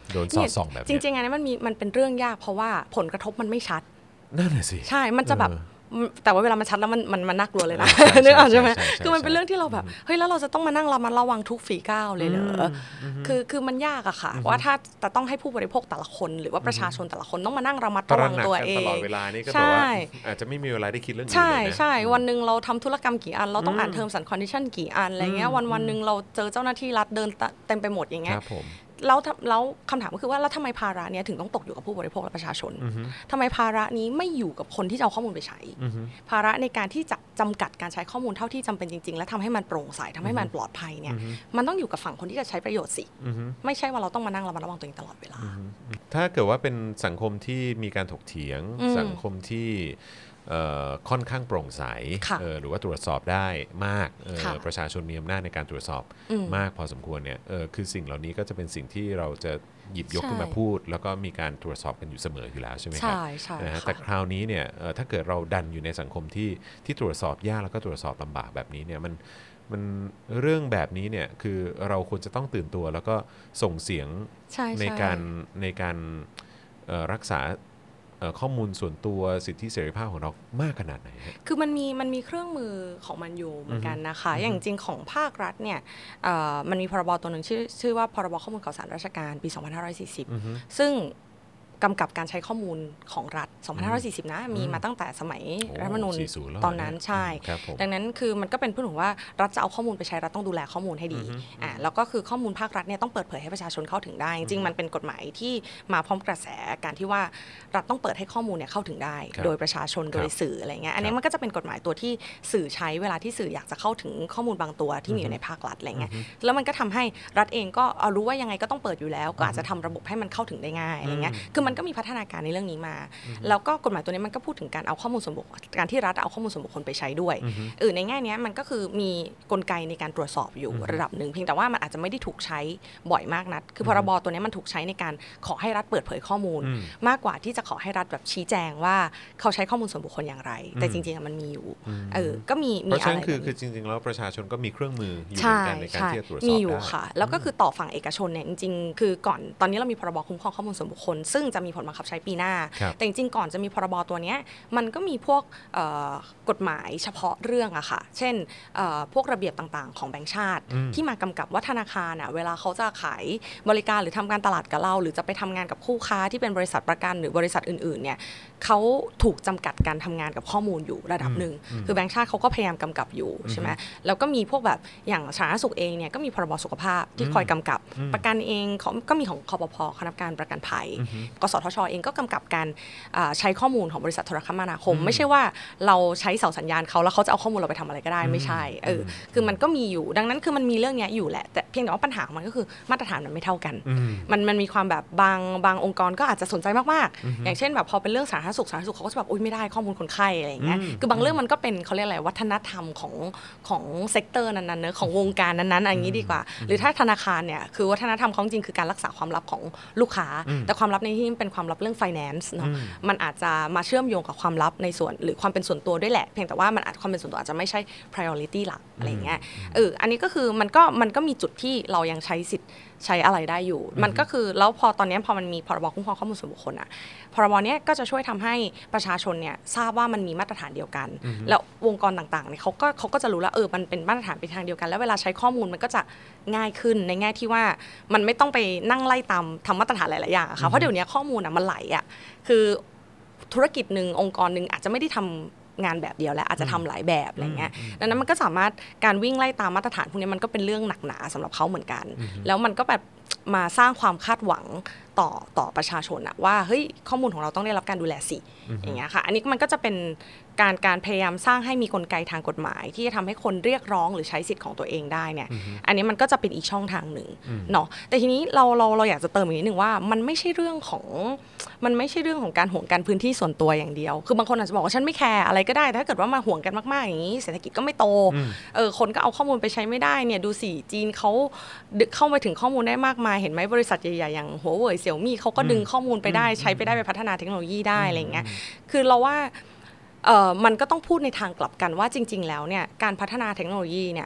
โดนสอดส่องแบบนี้จริงๆอันนี้มันมีมันเป็นเรื่องยากเพราะว่าผลกระทบมันไม่ชัดนั่นแหละสิใช่มันจะแบบแต่ว่าเวลามันชัดแล้วมันมันมันน่ากลัวเลยนะนึกออกใช่ไหมคือมันเป็นเรื่องที่เราแบบเฮ้ยแล้วเราจะต้องมานั่งระมัดระวังทุกฝีก้าวเลยเหรอคือคือมันยากอะค่ะว่าถ้าจะต้องให้ผู้บริโภคแต่ละคนหรือว่าประชาชนแต่ละคนต้องมานั่งระมัดระวังตัวเองตลอดเวลานี่ก็แบบว่าอาจจะไม่มีเวลาได้คิดเรื่องอื่นเลยนะใช่ใช่วันนึงเราทำธุรกรรมกี่อันเราต้องอ่าน terms and condition กี่อันอะไรเงี้ยวันวันนึงเราเจอเจ้าหน้าที่รัฐเดินเต็มไปหมดอย่างเงี้ยแล้วแล้วคำถามก็คือว่าแล้วทำไมภาระเนี้ยถึงต้องตกอยู่กับผู้บริโภคและประชาชนทำไมภาระนี้ไม่อยู่กับคนที่จะเอาข้อมูลไปใช้ภาระในการที่จะจำกัดการใช้ข้อมูลเท่าที่จำเป็นจริงๆและทำให้มันโปร่งใสทำให้มันปลอดภัยเนี่ยมันต้องอยู่กับฝั่งคนที่จะใช้ประโยชน์สิไม่ใช่ว่าเราต้องมานั่งระมัดระวังตัวเองตลอดเวลาถ้าเกิดว่าเป็นสังคมที่มีการถกเถียงสังคมที่ค่อนข้างโปร่งใสหรือว่าตรวจสอบได้มากประชาชนมีอำนาจในการตรวจสอบมากพอสมควรเนี่ยคือสิ่งเหล่านี้ก็จะเป็นสิ่งที่เราจะหยิบยกขึ้นมาพูดแล้วก็มีการตรวจสอบกันอยู่เสมออยู่แล้วใช่ไหมครับนะฮะแต่คราวนี้เนี่ยถ้าเกิดเราดันอยู่ในสังคมที่ที่ตรวจสอบยากแล้วก็ตรวจสอบลำบากแบบนี้เนี่ยมันมันเรื่องแบบนี้เนี่ยคือเราควรจะต้องตื่นตัวแล้วก็ส่งเสียงในการในการรักษาข้อมูลส่วนตัวสิทธิเสรีภาพของเรามากขนาดไหนคือมันมีมันมีเครื่องมือของมันอยู่เหมือนกันนะคะอย่างจริงของภาครัฐเนี่ยมันมีพรบตัวหนึ่งชื่อชื่อว่าพรบข้อมูลข่าวสารราชการปีสองพันห้าร้อยสี่สิบซึ่งกำกับการใช้ข้อมูลของรัฐสองพันห้าร้อยสี่สิบนะมีมาตั้งแต่สมัยรัฐธรรมนูญตอนนั้นใช่ดังนั้นคือมันก็เป็นพูดถึงว่ารัฐจะเอาข้อมูลไปใช้รัฐต้องดูแลข้อมูลให้ดีอ่าแล้วก็คือข้อมูลภาครัฐเนี่ยต้องเปิดเผยให้ประชาชนเข้าถึงได้จริงๆมันเป็นกฎหมายที่มาพร้อมกระแสการที่ว่ารัฐต้องเปิดให้ข้อมูลเนี่ยเข้าถึงได้โดยประชาชนโดยสื่ออะไรเงี้ยอันนี้มันก็จะเป็นกฎหมายตัวที่สื่อใช้เวลาที่สื่ออยากจะเข้าถึงข้อมูลบางตัวที่มีอยู่ในภาครัฐอะไรเงี้ยแล้วมันก็ทำให้รัฐเองก็เอารู้ว่ายังไงก็ต้องเปิดอยู่แล้วก็อาจจะทำระบบให้มันเข้าถึงได้ง่ายอะไรเงี้ยคือมันก็มีพัฒนาการในเรื่องนี้มาแล้วก็กฎหมายตัวนี้มันก็พูดถึงการเอาข้อมูลส่วนบุคคลการที่รัฐเอาข้อมูลส่วนบุคคลไปใช้ด้วยเออในแง่นี้มันก็คือมีกลไกในการตรวจสอบอยู่ระดับหนึ่งเพียงแต่ว่ามันอาจจะไม่ได้ถูกใช้บ่อยมากนักคือพรบตัวนี้มันถูกใช้ในการขอให้รัฐเปิดเผยข้อมูลมากกว่าที่จะขอให้รัฐแบบชี้แจงว่าเขาใช้ข้อมูลส่วนบุคคลอย่างไรแต่จริงๆมันมีอยู่เออก็มีมีอะไรเพราะฉะนั้นคือคือจริงๆแล้วประชาชนก็มีเครื่องมืออยู่ในการในการที่จะตรวจสอบได้มีอยู่ค่ะแล้วก็คือต่อฝั่งเอกชนเนี่ยจริงๆคือก่อนตอนนี้เรามีพรบคุ้มครองข้อมูลส่วนบุคคลซึ่งจะมีผลบังคับใช้ปีหน้าแต่จริงๆก่อนจะมีพรบตัวนี้มันก็มีพวกกฎหมายเฉพาะเรื่องอะค่ะเช่นพวกระเบียบต่างๆของแบงก์ชาติที่มากำกับว่าธนาคารอะเวลาเขาจะขายบริการหรือทำการตลาดกับเราหรือจะไปทำงานกับคู่ค้าที่เป็นบริษัทประกันหรือบริษัทอื่นๆเนี่ยเขาถูกจำกัดการทำงานกับข้อมูลอยู่ระดับหนึ่งคือแบงก์ชาติเขาก็พยายามกำกับอยู่ใช่ไหมแล้วก็มีพวกแบบอย่างสาธารณสุขเองเนี่ยก็มีพรบสุขภาพที่คอยกำกับประกันเองก็มีของคปภ.คณะกรรมการประกันภัยกสทช.เองก็กำกับการใช้ข้อมูลของบริษัทโทรคมนาคมไม่ใช่ว่าเราใช้เสาสัญญาณเขาแล้วเขาจะเอาข้อมูลเราไปทำอะไรก็ได้ไม่ใช่เออคือมันก็มีอยู่ดังนั้นคือมันมีเรื่องนี้อยู่แหละแต่เพียงแต่ว่าปัญหาของมันก็คือมาตรฐานมันไม่เท่ากันมันมันมีความแบบบางบางองค์กรก็อาจจะสนใจมากๆอย่างเช่นแบบพอเป็นเรื่องสาธารณสุขสาธารณสุขเขาก็จะแบบอุ้ยไม่ได้ข้อมูลคนไข้อะไรอย่างเงี้ยคือบางเรื่องมันก็เป็นเขาเรียกอะไรวัฒนธรรมของของเซกเตอร์นั้นๆเนอะของวงการนั้นๆอย่างนี้ดีกว่าหรือถ้าธนาคารเนี่ยคือวัฒนธรรมของจริงคือการรักษาความลับของลูกค้าแต่ความลับในที่นี้เป็นความลับเรื่อง finance เนาะมันอาจจะมาเชื่อมโยงกับความลับในส่วนหรือความเป็นส่วนตัวด้วยแหละเพียงแต่ว่ามันอาจความเป็นส่วนตัวอาจจะไม่ใช่ priority หลักอะไรเงี้ยเอออันนี้ก็คือมันก็มันก็มีจุดที่เรายังใช้สิทธิ์ใช้อะไรได้อยู่มันก็คือแล้วพอตอนนี้พอมันมีพรบคุ้มครองข้อมูลส่วนบุคคลอ่ะพรบเนี้ยก็จะช่วยทำให้ประชาชนเนี่ยทราบว่ามันมีมาตรฐานเดียวกันแล้ววงกรต่างๆเนี่ยเขาก็เขาก็จะรู้แล้วเออมันเป็นมาตรฐานไปทางเดียวกันแล้วเวลาใช้ข้อมูลมันก็จะง่ายขึ้นในแง่ที่ว่ามันไม่ต้องไปนั่งไล่ตามทำมาตรฐานหลายๆอย่างค่ะเพราะเดี๋ยวนี้ข้อมูลอ่ะมันไหลอ่ะคือธุรกิจนึงองค์กรนึงอาจจะไม่ได้ทำงานแบบเดียวแล้วอาจจะทำหลายแบบอะไรเงี้ยดังนั้นมันก็สามารถการวิ่งไล่ตามมาตรฐานพวกนี้มันก็เป็นเรื่องหนักหนาสำหรับเขาเหมือนกันแล้วมันก็แบบมาสร้างความคาดหวังต่อต่อประชาชนอะว่าเฮ้ยข้อมูลของเราต้องได้รับการดูแลสิอย่างเงี้ยค่ะอันนี้มันก็จะเป็นการการพยายามสร้างให้มีกลไกทางกฎหมายที่จะทำให้คนเรียกร้องหรือใช้สิทธิ์ของตัวเองได้เนี่ยอันนี้มันก็จะเป็นอีกช่องทางหนึ่งเนาะแต่ทีนี้เราเราเราอยากจะเติมอีกนิดนึงว่ามันไม่ใช่เรื่องของมันไม่ใช่เรื่องของการห่วงกันพื้นที่ส่วนตัวอย่างเดียวคือบางคนอาจจะบอกว่าฉันไม่แคร์อะไรก็ได้ถ้าเกิดว่ามาห่วงกันมากๆอย่างนี้เศรษฐกิจก็ไม่โตเออคนก็เอาข้อมูลไปใช้ไม่ได้เนี่ยดูสิจีนเขาดึกเข้าไปถึงข้อมูลได้มากมายเห็นไหมบริษัทใหญ่ๆอย่างหัวเว่ยเสี่ยวมี่เขาก็ดึงข้อมูลไปได้ใช้ไปได้ไปพัฒนาเทคโนโลยีได้อะไรเงี้ยคือเราว่าเอ่อมันก็ต้องพูดในทางกลับกันว่าจริงๆแล้วเนี่ยการพัฒนาเทคโนโลยีเนี่ย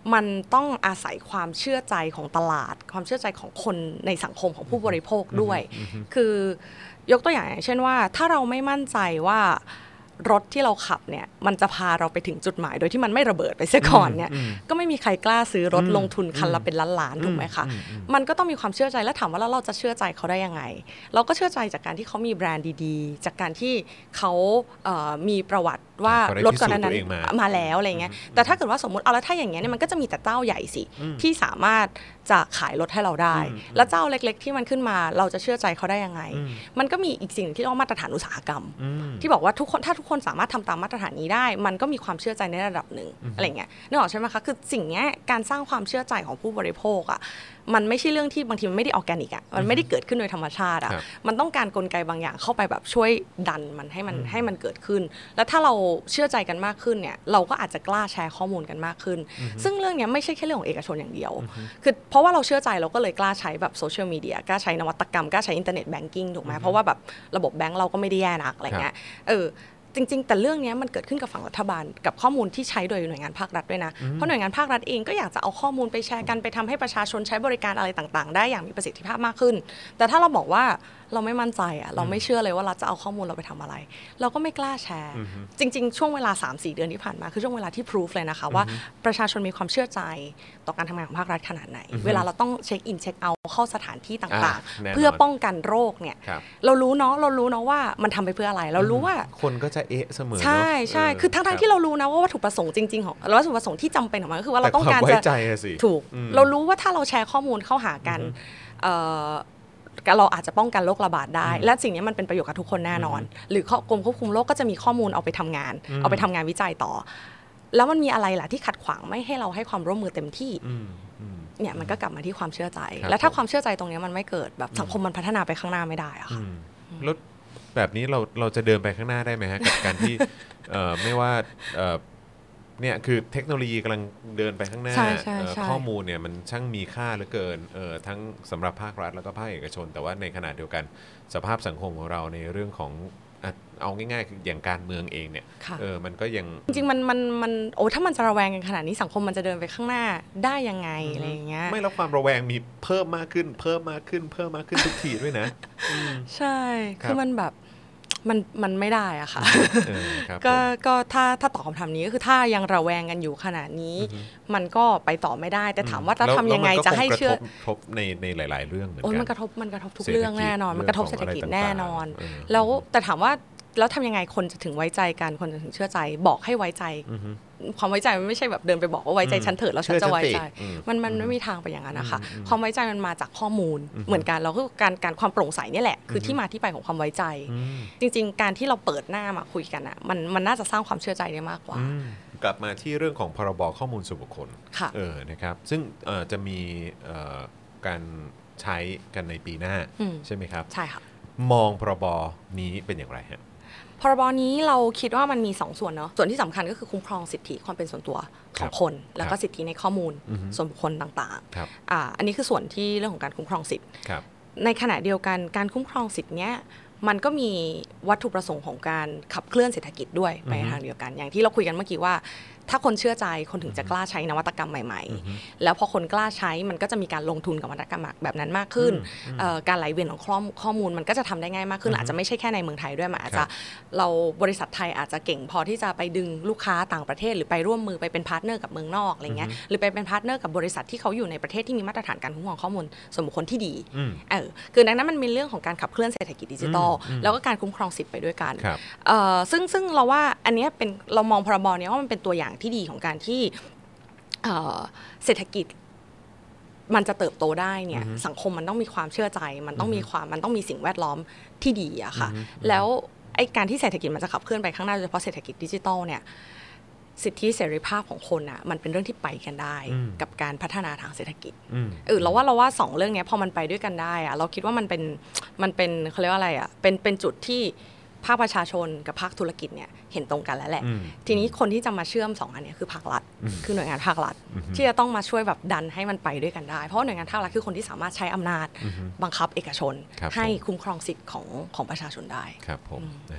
มันต้องอาศัยความเชื่อใจของตลาดความเชื่อใจของคนในสังคมของผู้บริโภคด้วยคือยกตัวอย่างเช่นว่าถ้าเราไม่มั่นใจว่ารถที่เราขับเนี่ยมันจะพาเราไปถึงจุดหมายโดยที่มันไม่ระเบิดไปเสียก่อนเนี่ยก็ไม่มีใครกล้าซื้อรถลงทุนคันละเป็นล้านๆถูกไหมคะมันก็ต้องมีความเชื่อใจแล้วถามว่าแล้วเราจะเชื่อใจเขาได้ยังไงเราก็เชื่อใจจากการที่เขามีแบรนด์ดีๆจากการที่เขาเอ่อมีประวัติว่ารถก่อนนั้นมาแล้วอะไรเงี้ยแต่ถ้าเกิดว่าสมมติเอาแล้วถ้าอย่างเงี้ยเนี่ยมันก็จะมีแต่เจ้าใหญ่สิที่สามารถจะขายรถให้เราได้แล้วเจ้าเล็กๆที่มันขึ้นมาเราจะเชื่อใจเขาได้ยังไงมันก็มีอีกสิ่งที่เรียกว่ามาตรฐานอุตสาหกรรมที่บอกว่าทุกคนถ้าทุกคนสามารถทำตามมาตรฐานนี้ได้มันก็มีความเชื่อใจในระดับหนึ่งอะไรเงี้ยนึกออกใช่ไหมคะคือสิ่งนี้การสร้างความเชื่อใจของผู้บริโภคอ่ะมันไม่ใช่เรื่องที่บางทีมันไม่ได้ออร์แกนิกอ่ะมันไม่ได้เกิดขึ้นโดยธรรมชาติอ่ะมันต้องการกลไกบางอย่างเข้าไปแบบช่วยดันมันให้มันให้มันเกิดขึ้นแล้วถ้าเราเชื่อใจกันมากขึ้นเนี่ยเราก็อาจจะกล้าแชร์ข้อมูลกันมากขึ้นซึ่งเรื่องนี้ไม่ใช่แค่เรื่องของเอกชนอย่างเดียวคือเพราะว่าเราเชื่อใจเราก็เลยกล้าใช้แบบโซเชียลมีเดียกล้าใช้นวัตกรรมกล้าใช้อินเทอร์เน็ตแบงกิ้งถูกไหมเพราะว่าแบบระบบแบงก์เราก็ไม่ได้แย่นักอะไรเงี้ยเออจริงๆแต่เรื่องนี้มันเกิดขึ้นกับฝั่งรัฐบาลกับข้อมูลที่ใช้โดยหน่วยงานภาครัฐด้วยนะเพราะหน่วยงานภาครัฐเองก็อยากจะเอาข้อมูลไปแชร์กันไปทำให้ประชาชนใช้บริการอะไรต่างๆได้อย่างมีประสิทธิภาพมากขึ้นแต่ถ้าเราบอกว่าเราไม่มั่นใจอ่ะเราไม่เชื่อเลยว่ารัฐจะเอาข้อมูลเราไปทำอะไรเราก็ไม่กล้าแชร์จริงๆช่วงเวลา สามสี่ เดือนที่ผ่านมาคือช่วงเวลาที่พิสูจเลยนะคะว่าประชาชนมีความเชื่อใจต่อการทำงานของภาครัฐขนาดไหนเวลาเราต้องเช็คอินเช็คเอาท์เข้าสถานที่ต่างๆเพื่อป้องกันโรคเนี่ยเรารู้เนาะเรารู้เนาะว่ามันทำไปเพื่ออะไรเรารู้ว่าคนก็จะเอะเสมอใช่ใช่คือทั้งๆที่เรารู้นะว่าวัตถุประสงค์จริงๆของวัตถุประสงค์ที่จำเป็นของมันก็คือว่าเราต้องการจะถูกเรารู้ว่าถ้าเราแชร์ข้อมูลเข้าหากันเราอาจจะป้องกันโรคระบาดได้และสิ่งนี้มันเป็นประโยชน์กับทุกคนแน่นอนหรือกรมควบคุมโรคก็จะมีข้อมูลเอาไปทำงานเอาไปทำงานวิจัยต่อแล้วมันมีอะไรล่ะที่ขัดขวางไม่ให้เราให้ความร่วมมือเต็มที่เนี่ยมันก็กลับมาที่ความเชื่อใจแล้วถ้าความเชื่อใจตรงนี้มันไม่เกิดแบบสังคมมันพัฒนาไปข้างหน้าไม่ได้อะค่ะแล้วแบบนี้เราเราจะเดินไปข้างหน้าได้ไหมฮะกับการที่ไม่ว่าเนี่ยคือเทคโนโลยีกำลังเดินไปข้างหน้าข้อมูลเนี่ยมันช่างมีค่าเหลือเกินเออทั้งสำหรับภาครัฐแล้วก็ภาคเอกชนแต่ว่าในขณะเดียวกันสภาพสังคมของเราในเรื่องของเอาง่ายๆคืออย่างการเมืองเองเนี่ยเออมันก็ยังจริงๆมันมันมันโอ้ถ้ามันจะระแวงกันขนาดนี้สังคมมันจะเดินไปข้างหน้าได้ยังไงอะไรอย่างเงี้ยไม่แล้วความระแวงมีเพิ่มมากขึ้นเพิ่มมากขึ้นเพิ่มมากขึ้นทุกทีด้วยนะใช่คือมันแบบมันมันไม่ได้อะค่ะก็ก็ถ้าถ้าตอบคำถามนี้ก็คือถ้ายังระแวงกันอยู่ขนาดนี้มันก็ไปต่อไม่ได้แต่ถามว่าจะทำยังไงจะให้เชื่อกระทบในในหลายๆเรื่องเหมือนกันมันกระทบมันกระทบทุกเรื่องแน่นอนมันกระทบเศรษฐกิจแน่นอนแล้วแต่ถามว่าแล้วทำยังไงคนจะถึงไว้ใจกันคนจะถึงเชื่อใจบอกให้ไว้ใจความไว้ใจมันไม่ใช่แบบเดินไปบอกว่าไว้ใจฉันเถิดแล้วฉันจะไว้ใจมันมันไม่มีทางไปอย่างนั้นนะคะความไว้ใจมันมาจากข้อมูลเหมือนกันแล้วก็การการความโปร่งใสนี่แหละคือที่มาที่ไปของความไว้ใจจริงๆการที่เราเปิดหน้ามาคุยกันอ่ะมันมันน่าจะสร้างความเชื่อใจได้มากกว่ากลับมาที่เรื่องของพรบข้อมูลส่วนบุคคลเออนะครับซึ่งจะมีการใช้กันในปีหน้าใช่ไหมครับใช่ค่ะมองพรบนี้เป็นอย่างไรฮะพรบนี้เราคิดว่ามันมีสองส่วนเนาะส่วนที่สำคัญก็คือคุ้มครองสิทธิความเป็นส่วนตัวของคนแล้วก็สิทธิในข้อมูลส่วนบุคคลต่างๆอ่าอันนี้คือส่วนที่เรื่องของการคุ้มครองสิทธิ์ในขณะเดียวกันการคุ้มครองสิทธิ์เนี้ยมันก็มีวัตถุประสงค์ของการขับเคลื่อนเศรษฐกิจด้วยไปทางเดียวกันอย่างที่เราคุยกันเมื่อกี้ว่าถ้าคนเชื่อใจคนถึงจะกล้าใช้นวัตกรรมใหม่ๆแล้วพอคนกล้าใช้มันก็จะมีการลงทุนกับนวัตกรรมแบบนั้นมากขึ้นการไหลเวียนของข้อมูลมันก็จะทำได้ง่ายมากขึ้นอาจจะไม่ใช่แค่ในเมืองไทยด้วยมันอาจจะเราบริษัทไทยอาจจะเก่งพอที่จะไปดึงลูกค้าต่างประเทศหรือไปร่วมมือไปเป็นพาร์ทเนอร์กับเมืองนอกอะไรเงี้ยหรือไปเป็นพาร์ทเนอร์กับบริษัทที่เขาอยู่ในประเทศที่มีมาตรฐานการคุ้มครองข้อมูลส่วนบุคคลที่ดีเออคือดังนั้นมันมีเรื่องของการขับเคลื่อนเศรษฐกิจดิจิทัลแล้วก็การคุ้มครองสิทธิ์ไปด้วยกันซึ่งซึ่งเราว่าอันนี้เป็นเรามองพรบนี้ว่ามันเป็นตัวอย่างที่ดีของการที่เศรษฐกิจมันจะเติบโตได้เนี่ยสังคมมันต้องมีความเชื่อใจมันต้องมีความมันต้องมีสิ่งแวดล้อมที่ดีอะค่ะแล้วไอ้การที่เศรษฐกิจมันจะขับเคลื่อนไปข้างหน้าโดยเฉพาะเศรษฐกิจดิจิทัลเนี่ยสิทธิเสรีภาพของคนอะมันเป็นเรื่องที่ไปกันได้กับการพัฒนาทางเศรษฐกิจเออเราว่าเราว่าสองเรื่องนี้พอมันไปด้วยกันได้อะเราคิดว่ามันเป็นมันเป็นเขาเรียกว่าอะไรอะเป็นเป็นจุดที่ภาคประชาชนกับภาคธุรกิจเนี่ยเห็นตรงกันแล้วแหละทีนี้คนที่จะมาเชื่อมสองอันนี้คือภาครัฐคือหน่วยงานภาครัฐที่จะต้องมาช่วยแบบดันให้มันไปด้วยกันได้เพราะหน่วยงานภาครัฐคือคนที่สามารถใช้อำนาจบังคับเอกชนให้คุ้มครองสิทธิ์ของของประชาชนได้ครับผมนะฮะ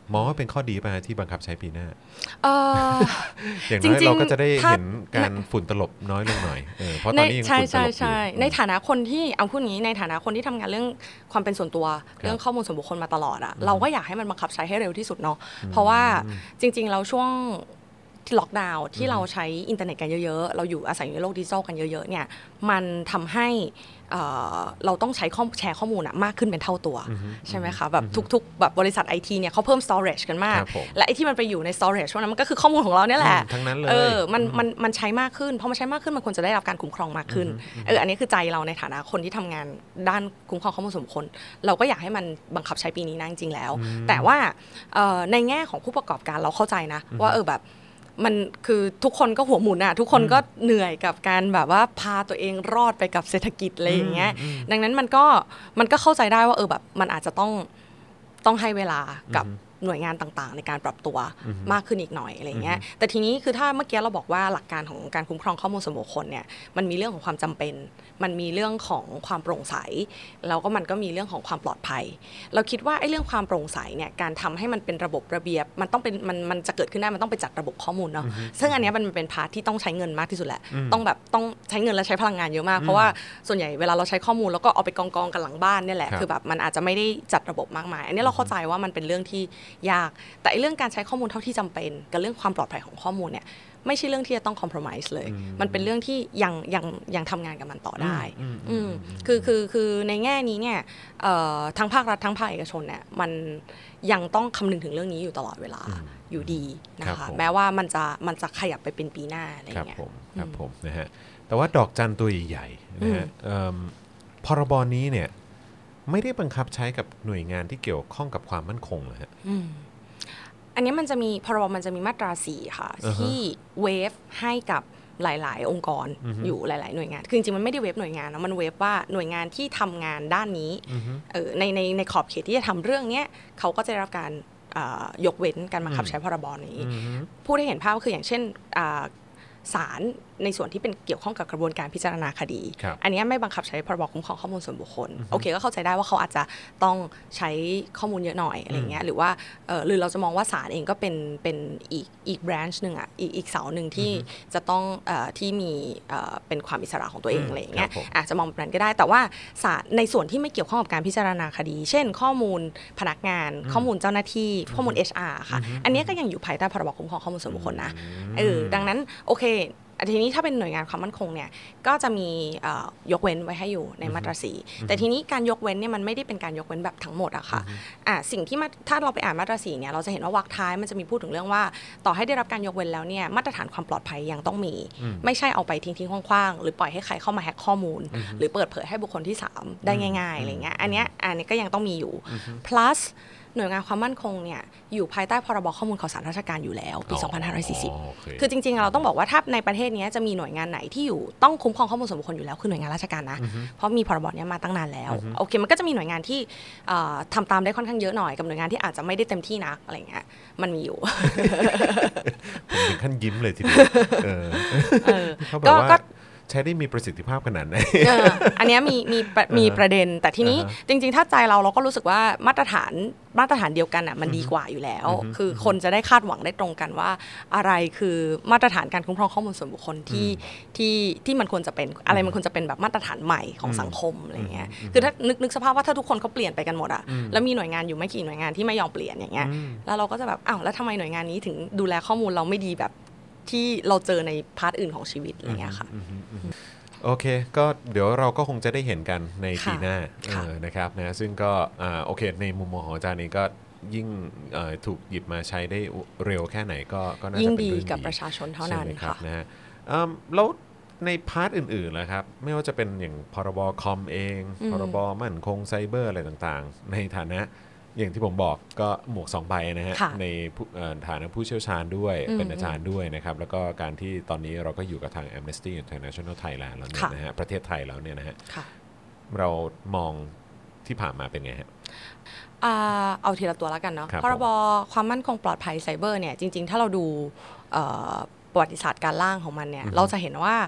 มองว่าเป็นข้อดีป่ะที่บังคับใช้ปีหน้าเอ่ออย่างน้อยเราก็จะได้ถ้าเห็นการฝุ่นตลบน้อยลงหน่อยเออเพราะตอนนี้ยังใช่ฝุ่นตใช่ลบอยู่ใช่ในฐานะคนที่เอาพูดงี้ในฐานะคนที่ทำงานเรื่องความเป็นส่วนตัวเรื่องข้อมูลส่วนบุคคลมาตลอดอะเราก็อยากให้มันบังคับใช้ให้เร็วที่สุดเนาะเพราะว่าจริงๆเราช่วงล็อกดาวน์ที่เราใช้อินเทอร์เน็ตกันเยอะๆเราอยู่อาศัยอยู่ในโลกดิจิทัลกันเยอะๆเนี่ยมันทำให้เอ่อเราต้องใช้ข้อแชร์ข้อมูลอะมากขึ้นเป็นเท่าตัวใช่ไหมคะแบบทุกๆแบบบริษัท ไอ ที เนี่ยเขาเพิ่ม storage กันมากและไอ้ที่มันไปอยู่ใน storage พวกนั้นมันก็คือข้อมูลของเราเนี่ยแหละทั้งนั้นเลยเออมันมันมันใช้มากขึ้นพอมันใช้มากขึ้นมันควรจะได้รับการคุ้มครองมากขึ้นเอออันนี้คือใจเราในฐานะคนที่ทำงานด้านคุ้มครองข้อมูลส่วนบุคคลเราก็อยากให้มันบังคับใช้ปีนี้นะจริงๆแล้วแต่ว่าในแง่ของผู้ประกอบการเราเข้าใจนะว่าเออแบบมันคือทุกคนก็หัวหมุนอะทุกคนก็เหนื่อยกับการแบบว่าพาตัวเองรอดไปกับเศรษฐกิจอะไรอย่างเงี้ยดังนั้นมันก็มันก็เข้าใจได้ว่าเออแบบมันอาจจะต้องต้องให้เวลากับหน่วยงานต่างๆในการปรับตัวมากขึ้นอีกหน่อยอะไรเงี้ยแต่ทีนี้คือถ้าเมื่อกี้เราบอกว่าหลักการของการคุ้มครองข้อมูลส่วนบุคคลเนี่ยมันมีเรื่องของความจำเป็นมันมีเรื่องของความโปร่งใสแล้วก็มันก็มีเรื่องของความปลอดภัยเราคิดว่าไอ้เรื่องความโปร่งใสเนี่ยการทำให้มันเป็นระบบระเบียบมันต้องเป็นมันมันจะเกิดขึ้นได้มันต้องไปจัดระบบข้อมูลเนาะซึ่งอันนี้มันเป็นพาร์ทที่ต้องใช้เงินมากที่สุดแหละต้องแบบต้องใช้เงินและใช้พลังงานเยอะมากเพราะว่าส่วนใหญ่เวลาเราใช้ข้อมูลแล้วก็เอาไปกองๆกันหลังบ้านเนี่ยแหละคือแบบมันอาจจะไม่ได้จัดระบบมากมายอันนี้เราเข้าใจว่ามันเป็นเรื่องที่ยากแต่เรื่องการใช้ข้อมูลเท่าที่จำเป็นกับเรื่องความปลอดภัยของข้อมูลเนี่ยไม่ใช่เรื่องที่จะต้อง compromise เลยมันเป็นเรื่องที่ยังยังยังทำงานกับมันต่อได้อืมคือคือคือในแง่นี้เนี่ยทั้งภาครัฐทั้งภาคเอกชนเนี่ยมันยังต้องคำนึงถึงเรื่องนี้อยู่ตลอดเวลาอยู่ดีนะคะแม้ว่ามันจะมันจะขยับไปเป็นปีหน้าอะไรอย่างเงี้ยครับผมครับผมนะฮะแต่ว่าดอกจันตัวใหญ่ๆนะฮะพรบนี้เนี่ยไม่ได้บังคับใช้กับหน่วยงานที่เกี่ยวข้องกับความมั่นคงเลยฮะอันนี้มันจะมีพรบมันจะมีมาตราสี่ค่ะ uh-huh. ที่เวฟให้กับหลายๆองค์กร uh-huh. อยู่หลายๆหน่วยงานคือจริงๆมันไม่ได้เวฟหน่วยงานนะมันเวฟว่าหน่วยงานที่ทำงานด้านนี้ uh-huh. เออในในในขอบเขตที่จะทำเรื่องนี้เขาก็จะได้รับการยกเว้นการบังคับใช้พรบนี้ uh-huh. พูดให้เห็นภาพก็คืออย่างเช่นศาลในส่วนที่เป็นเกี่ยวข้องกับกระบวนการพิจารณาคดีอันนี้ไม่บังคับใช้พรบคุ้มครองข้อมูลส่วนบุคคลโอเคก็เข้าใจได้ว่าเขาอาจจะต้องใช้ข้อมูลเยอะหน่อยอะไรเงี้ยหรือว่าหรือเราจะมองว่าศาลเองก็เป็นเป็นอีกอีกแบรนช์นึงอ่ะอีกอีกเสาหนึ่งที่จะต้องที่มีเป็นความอิสระของตัวเองอะไรเงี้ยอาจจะมองแบบนั้นก็ได้แต่ว่าศาลในส่วนที่ไม่เกี่ยวข้องกับการพิจารณาคดีเช่นข้อมูลพนักงานข้อมูลเจ้าหน้าที่ข้อมูล เอช อาร์ ค่ะอันนี้ก็ยังอยู่ภายใต้พรบคุ้มครองข้อมูลส่วนบุคคลนะเออดังนั้นโอเคทีนี้ถ้าเป็นหน่วยงานความมั่นคงเนี่ยก็จะมียกเว้นไว้ให้อยู่ในมาตราสี่แต่ทีนี้การยกเว้นเนี่ยมันไม่ได้เป็นการยกเว้นแบบทั้งหมดอะค่ะอ่ะสิ่งที่ถ้าเราไปอ่านมาตราสี่เนี่ยเราจะเห็นว่าวรรคท้ายมันจะมีพูดถึงเรื่องว่าต่อให้ได้รับการยกเว้นแล้วเนี่ยมาตรฐานความปลอดภัยยังต้องมีไม่ใช่เอาไปทิ้งๆคว่างๆหรือปล่อยให้ใครเข้ามาแฮ็กข้อมูลหรือเปิดเผยให้บุคคลที่สามได้ง่ายๆอะไรเงี้ยอันเนี้ยอันนี้ก็ยังต้องมีอยู่ plusหน่วยงานความมั่นคงเนี่ยอยู่ภายใต้พรบข้อมูลข่าวสารราชการอยู่แล้วปีสองพันห้าร้อยสี่สิบคือจริงๆเราต้องบอกว่าถ้าในประเทศนี้จะมีหน่วยงานไหนที่อยู่ต้องคุ้มครองข้อมูลส่วนบุคคลอยู่แล้วคือหน่วยงานราชการนะเพราะมีพรบนี้มาตั้งนานแล้วโอเคมันก็จะมีหน่วยงานที่ทำตามได้ค่อนข้างเยอะหน่อยกับหน่วยงานที่อาจจะไม่ได้เต็มที่นักอะไรเงี้ยมันมีอยู่ผมถึงขั้นยิ้มเลยทีเดียวเขาบอกว่าใช้ได้มีประสิทธิภาพขนาดไหนอันนี้มีมีมีประเด็นแต่ทีนี้จริงๆถ้าใจเราเราก็รู้สึกว่ามาตรฐานมาตรฐานเดียวกันอ่ะมันดีกว่าอยู่แล้วคือคนจะได้คาดหวังได้ตรงกันว่าอะไรคือมาตรฐานการคุ้มครองข้อมูลส่วนบุคคลที่ที่ที่มันควรจะเป็นอะไรมันควรจะเป็นแบบมาตรฐานใหม่ของสังคมอะไรเงี้ยคือถ้านึกนึกสภาพว่าถ้าทุกคนเขาเปลี่ยนไปกันหมดอ่ะแล้วมีหน่วยงานอยู่ไม่กี่หน่วยงานที่ไม่ยอมเปลี่ยนอย่างเงี้ยแล้วเราก็จะแบบอ้าวแล้วทำไมหน่วยงานนี้ถึงดูแลข้อมูลเราไม่ดีแบบที่เราเจอในพาร์ทอื่นของชีวิตอะไรเงี้ยค่ะโอเคก็เดี๋ยวเราก็คงจะได้เห็นกันในปีหน้านะครับนะซึ่งก็โอเคในมุมมองของอาจารย์เองก็ยิ่งถูกหยิบมาใช้ได้เร็วแค่ไหนก็ก็น่าจะเป็นเรื่องดีกับประชาชนเท่านั้นค่ะนะฮะแล้วในพาร์ทอื่นๆล่ะครับไม่ว่าจะเป็นอย่างพรบคอมเองพรบมั่นคงไซเบอร์อะไรต่างๆในฐานะอย่างที่ผมบอกก็หมวกสองใบนะฮะในฐานะผู้เชี่ยวชาญด้วยเป็นอาจารย์ด้วยนะครับแล้วก็การที่ตอนนี้เราก็อยู่กับทาง Amnesty International Thailand แล้วเนี่ยนะฮะประเทศไทยแล้วเนี่ยนะฮะเรามองที่ผ่านมาเป็นไงฮะเอาทีละตัวแล้วกันเนาะพรบความมั่นคงปลอดภัยไซเบอร์เนี่ยจริงๆถ้าเราดูประวัติศาสตร์การร่างของมันเนี่ยเราจะเห็นว่า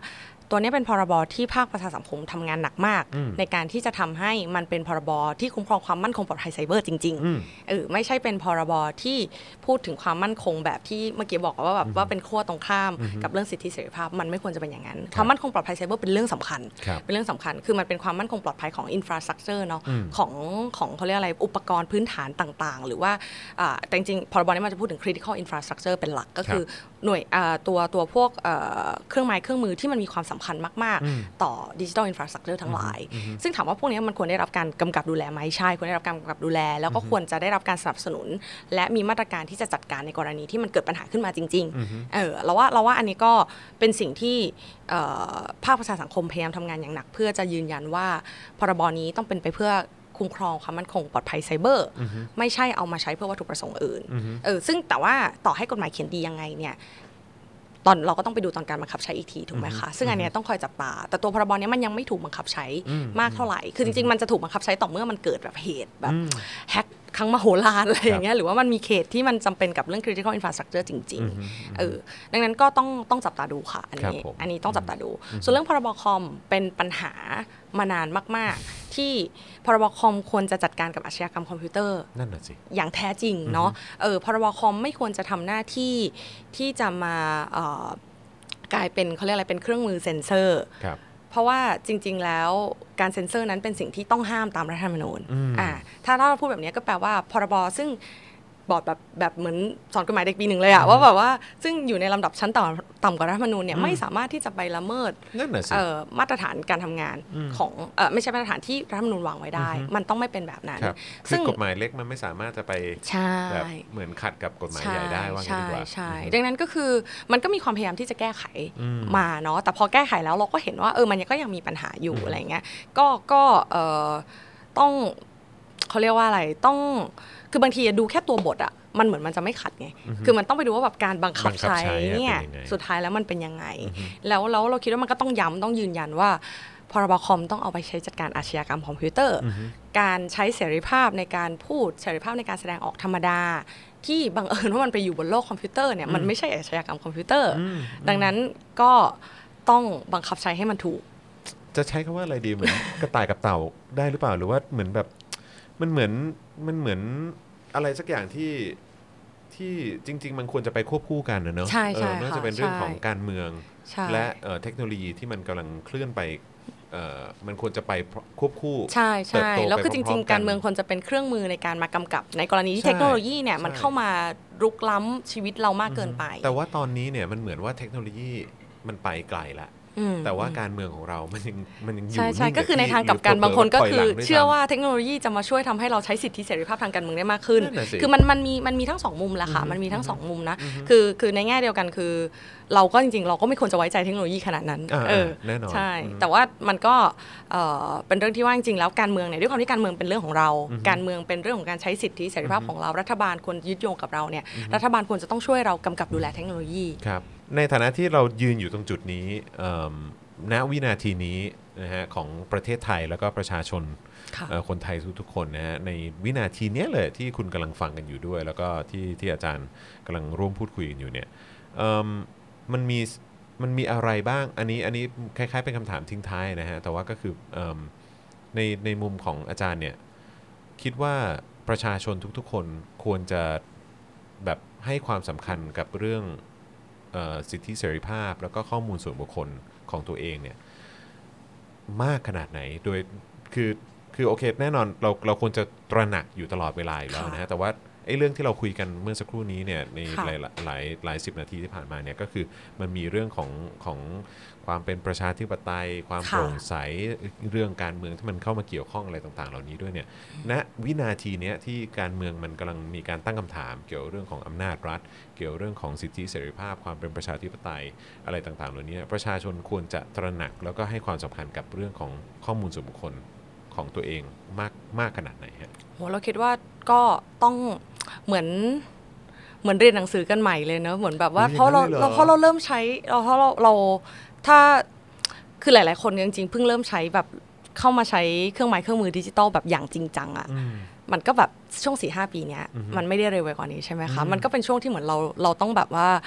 ตัวนี้เป็นพรบที่ภาคประชาสังคมทำงานหนักมากในการที่จะทำให้มันเป็นพรบที่คุ้มครองความมั่นคงปลอดภัยไซเบอร์จริงๆเออไม่ใช่เป็นพรบที่พูดถึงความมั่นคงแบบที่เมื่อกี้บอกว่าแบบว่าเป็นขั้วตรงข้ามกับเรื่องสิทธิเสรีภาพมันไม่ควรจะเป็นอย่างนั้นความมั่นคงปลอดภัยไซเบอร์เป็นเรื่องสำคัญเป็นเรื่องสำคัญคือมันเป็นความมั่นคงปลอดภัยของอินฟราสตรัคเจอร์เนาะของของเขาเรียกอะไรอุปกรณ์พื้นฐานต่างๆหรือว่าแต่จริงๆพรบนี้มันจะพูดถึง critical infrastructure เป็นหลักก็คือหน่วยตัวตัวพวกเครื่องไม้เครื่องมือที่มันมีความสำคัญมากๆต่อดิจิทัลอินฟราสตรัคเจอร์ทั้งหลายซึ่งถามว่าพวกนี้มันควรได้รับการกำกับดูแลไหมใช่ควรได้รับการกำกับดูแลแล้วก็ควรจะได้รับการสนับสนุนและมีมาตรการที่จะจัดการในกรณีที่มันเกิดปัญหาขึ้นมาจริงๆเออเราว่าเราว่าอันนี้ก็เป็นสิ่งที่ภาคประชาสังคมพยายามทำงานอย่างหนักเพื่อจะยืนยันว่าพรบนี้ต้องเป็นไปเพื่อคุ้มครองความมั่นคงปลอดภัยไซเบอร์ไม่ใช่เอามาใช้เพื่อวัตถุประสงค์อื่นเออซึ่งแต่ว่าต่อให้กฎหมายเขียนดียังไงเนี่ยตอนเราก็ต้องไปดูตอนการบังคับใช้อีกทีถูกไหมคะซึ่งอันนี้ต้องคอยจับตาแต่ตัวพรบนี้มันยังไม่ถูกบังคับใช้มากเท่าไหร่คือจริงๆมันจะถูกบังคับใช้ต่อเมื่อมันเกิดแบบเหตุแบบแฮกครั้งมโหฬารอะไรอย่างเงี้ยหรือว่ามันมีเขตที่มันจำเป็นกับเรื่อง critical infrastructure จริงๆเออดังนั้นก็ต้องต้องจับตาดูค่ะอันนี้อันนี้ต้องจับตาดูส่วนเรื่องพรบคอมเป็นปัญหามานานมากๆที่พรบคอมควรจะจัดการกับอาชญากรรมคอมพิวเตอร์นั่นน่ะสิอย่างแท้จริงเนาะเออพรบคอมไม่ควรจะทำหน้าที่ที่จะมาเอ่อกลายเป็นเขาเรียกอะไรเป็นเครื่องมือเซ็นเซอร์เพราะว่าจริงๆแล้วการเซ็นเซอร์นั้นเป็นสิ่งที่ต้องห้ามตามรัฐธรรมนูญอ่าถ้าเราพูดแบบนี้ก็แปลว่าพรบซึ่งบอกแบบแบบเหมือนสอนกฎหมายเด็กปีหนึ่งเลยอะว่าแบบว่าซึ่งอยู่ในลำดับชั้นต่ำต่ำกว่ารัฐธรรมนูญเนี่ยไม่สามารถที่จะไปละเมิดมาตรฐานการทำงานของเอ่อไม่ใช่มาตรฐานที่รัฐธรรมนูญวางไว้ได้มันต้องไม่เป็นแบบนั้นซึ่งกฎหมายเล็กมันไม่สามารถจะไปแบบเหมือนขัดกับกฎหมายใหญ่ได้ว่างั้นดีกว่าใช่ดังนั้นก็คือมันก็มีความพยายามที่จะแก้ไขมาเนาะแต่พอแก้ไขแล้วเราก็เห็นว่าเออมันก็ยังมีปัญหาอยู่อะไรเงี้ยก็ก็เอ่อต้องเขาเรียกว่าอะไรต้องคือบางทีดูแค่ตัวบทอะมันเหมือนมันจะไม่ขัดไงคือมันต้องไปดูว่าแบบการบังคับใช้เนี่ยสุดท้ายแล้วมันเป็นยังไงแล้วแล้วเราคิดว่ามันก็ต้องย้ำต้องยืนยันว่าพรบคอมต้องเอาไปใช้จัดการอาชญากรรมคอมพิวเตอร์การใช้เสรีภาพในการพูดเสรีภาพในการแสดงออกธรรมดาที่บังเอิญว่ามันไปอยู่บนโลกคอมพิวเตอร์เนี่ยมันไม่ใช่อาชญากรรมคอมพิวเตอร์ดังนั้นก็ต้องบังคับใช้ให้มันถูกจะใช้คำว่าอะไรดีเหมือนกระต่ายกับเต่าได้หรือเปล่าหรือว่าเหมือนแบบมันเหมือนมันเหมือนอะไรสักอย่างที่ที่จริงๆมันควรจะไปควบคู่กันนะเนอะใช่ใช่ไม่ว่าจะเป็นเรื่องของการเมืองและเทคโนโลยีที่มันกำลังเคลื่อนไปมันควรจะไปควบคู่ใช่ใช่แล้วคือจริงๆการเมืองควรจะเป็นเครื่องมือในการมากำกับในกรณีที่เทคโนโลยีเนี่ยมันเข้ามารุกล้ำชีวิตเรามากเกินไปแต่ว่าตอนนี้เนี่ยมันเหมือนว่าเทคโนโลยีมันไปไกลละแต่ว่าการเมืองของเรามันยังมันยังอยู่ใช่ใช่ก็คือในทางกลับกันบางคนก็คือเชื่อว่าเทคโนโลยีจะมาช่วยทำให้เราใช้สิทธิเสรีภาพทางการเมืองได้มากขึ้นคือมันมันมีมันมีทั้งสองมุมแหละค่ะมันมีทั้งสองมุมนะคือคือในแง่เดียวกันคือเราก็จริงๆเราก็ไม่ควรจะไว้ใจเทคโนโลยีขนาดนั้นเออแน่นอนใช่แต่ว่ามันก็เป็นเรื่องที่ว่าจริงๆแล้วการเมืองเนี่ยด้วยความที่การเมืองเป็นเรื่องของเราการเมืองเป็นเรื่องของการใช้สิทธิเสรีภาพของเรารัฐบาลควรยึดโยงกับเราเนี่ยรัฐบาลควรจะต้องช่วยเรากำกับดูแลเทคโนโลยีครับในฐานะที่เรายืนอยู่ตรงจุดนี้ณวินาทีนี้นะฮะของประเทศไทยแล้วก็ประชาชนคนไทยทุกๆคนนะฮะในวินาทีนี้เลยที่คุณกำลังฟังกันอยู่ด้วยแล้วก็ที่ที่อาจารย์กำลังร่วมพูดคุยกันอยู่เนี่ยมันมีมันมีอะไรบ้างอันนี้อันนี้คล้ายๆเป็นคำถามทิ้งท้ายนะฮะแต่ว่าก็คือในในมุมของอาจารย์เนี่ยคิดว่าประชาชนทุกๆคนควรจะแบบให้ความสำคัญกับเรื่องสิทธิเสรีภาพแล้วก็ข้อมูลส่วนบุคคลของตัวเองเนี่ยมากขนาดไหนโดยคือคือโอเคแน่นอนเราเราควรจะตระหนักอยู่ตลอดเวลาอยู่แล้วนะฮะแต่ว่าไอ้เรื่องที่เราคุยกันเมื่อสักครู่นี้เนี่ยในหลายหลายหลายสิบนาทีที่ผ่านมาเนี่ยก็คือมันมีเรื่องของของความเป็นประชาธิปไตยความโปร่งใสเรื่องการเมืองที่มันเข้ามาเกี่ยวข้องอะไรต่างๆเหล่านี้ด้วยเนี่ยณวินาทีนี้ที่การเมืองมันกำลังมีการตั้งคำถามเกี่ยวเรื่องของอำนาจรัฐเกี่ยวเรื่องของสิทธิเสรีภาพความเป็นประชาธิปไตยอะไรต่างๆเหล่านี้ประชาชนควรจะตระหนักแล้วก็ให้ความสำคัญกับเรื่องของข้อมูลส่วนบุคคลของตัวเองมากมากขนาดไหนฮะโหเราคิดว่าก็ต้องเหมือนเหมือนเรียนหนังสือกันใหม่เลยเนอะเหมือนแบบว่าเพราะเราเราเพราะเราเริ่มใช้เราเพราะเราเราถ้าคือหลายๆคนจริงๆเพิ่งเริ่มใช้แบบเข้ามาใช้เครื่องไม้เครื่องมือดิจิตอลแบบอย่างจริงจังอ่ะมันก็แบบช่วง สี่ห้า ปีเนี้ยมันไม่ได้เร็วไปกว่านี้ใช่ไหมคะมันก็เป็นช่วงที่เหมือนเราเราต้องแบบว่า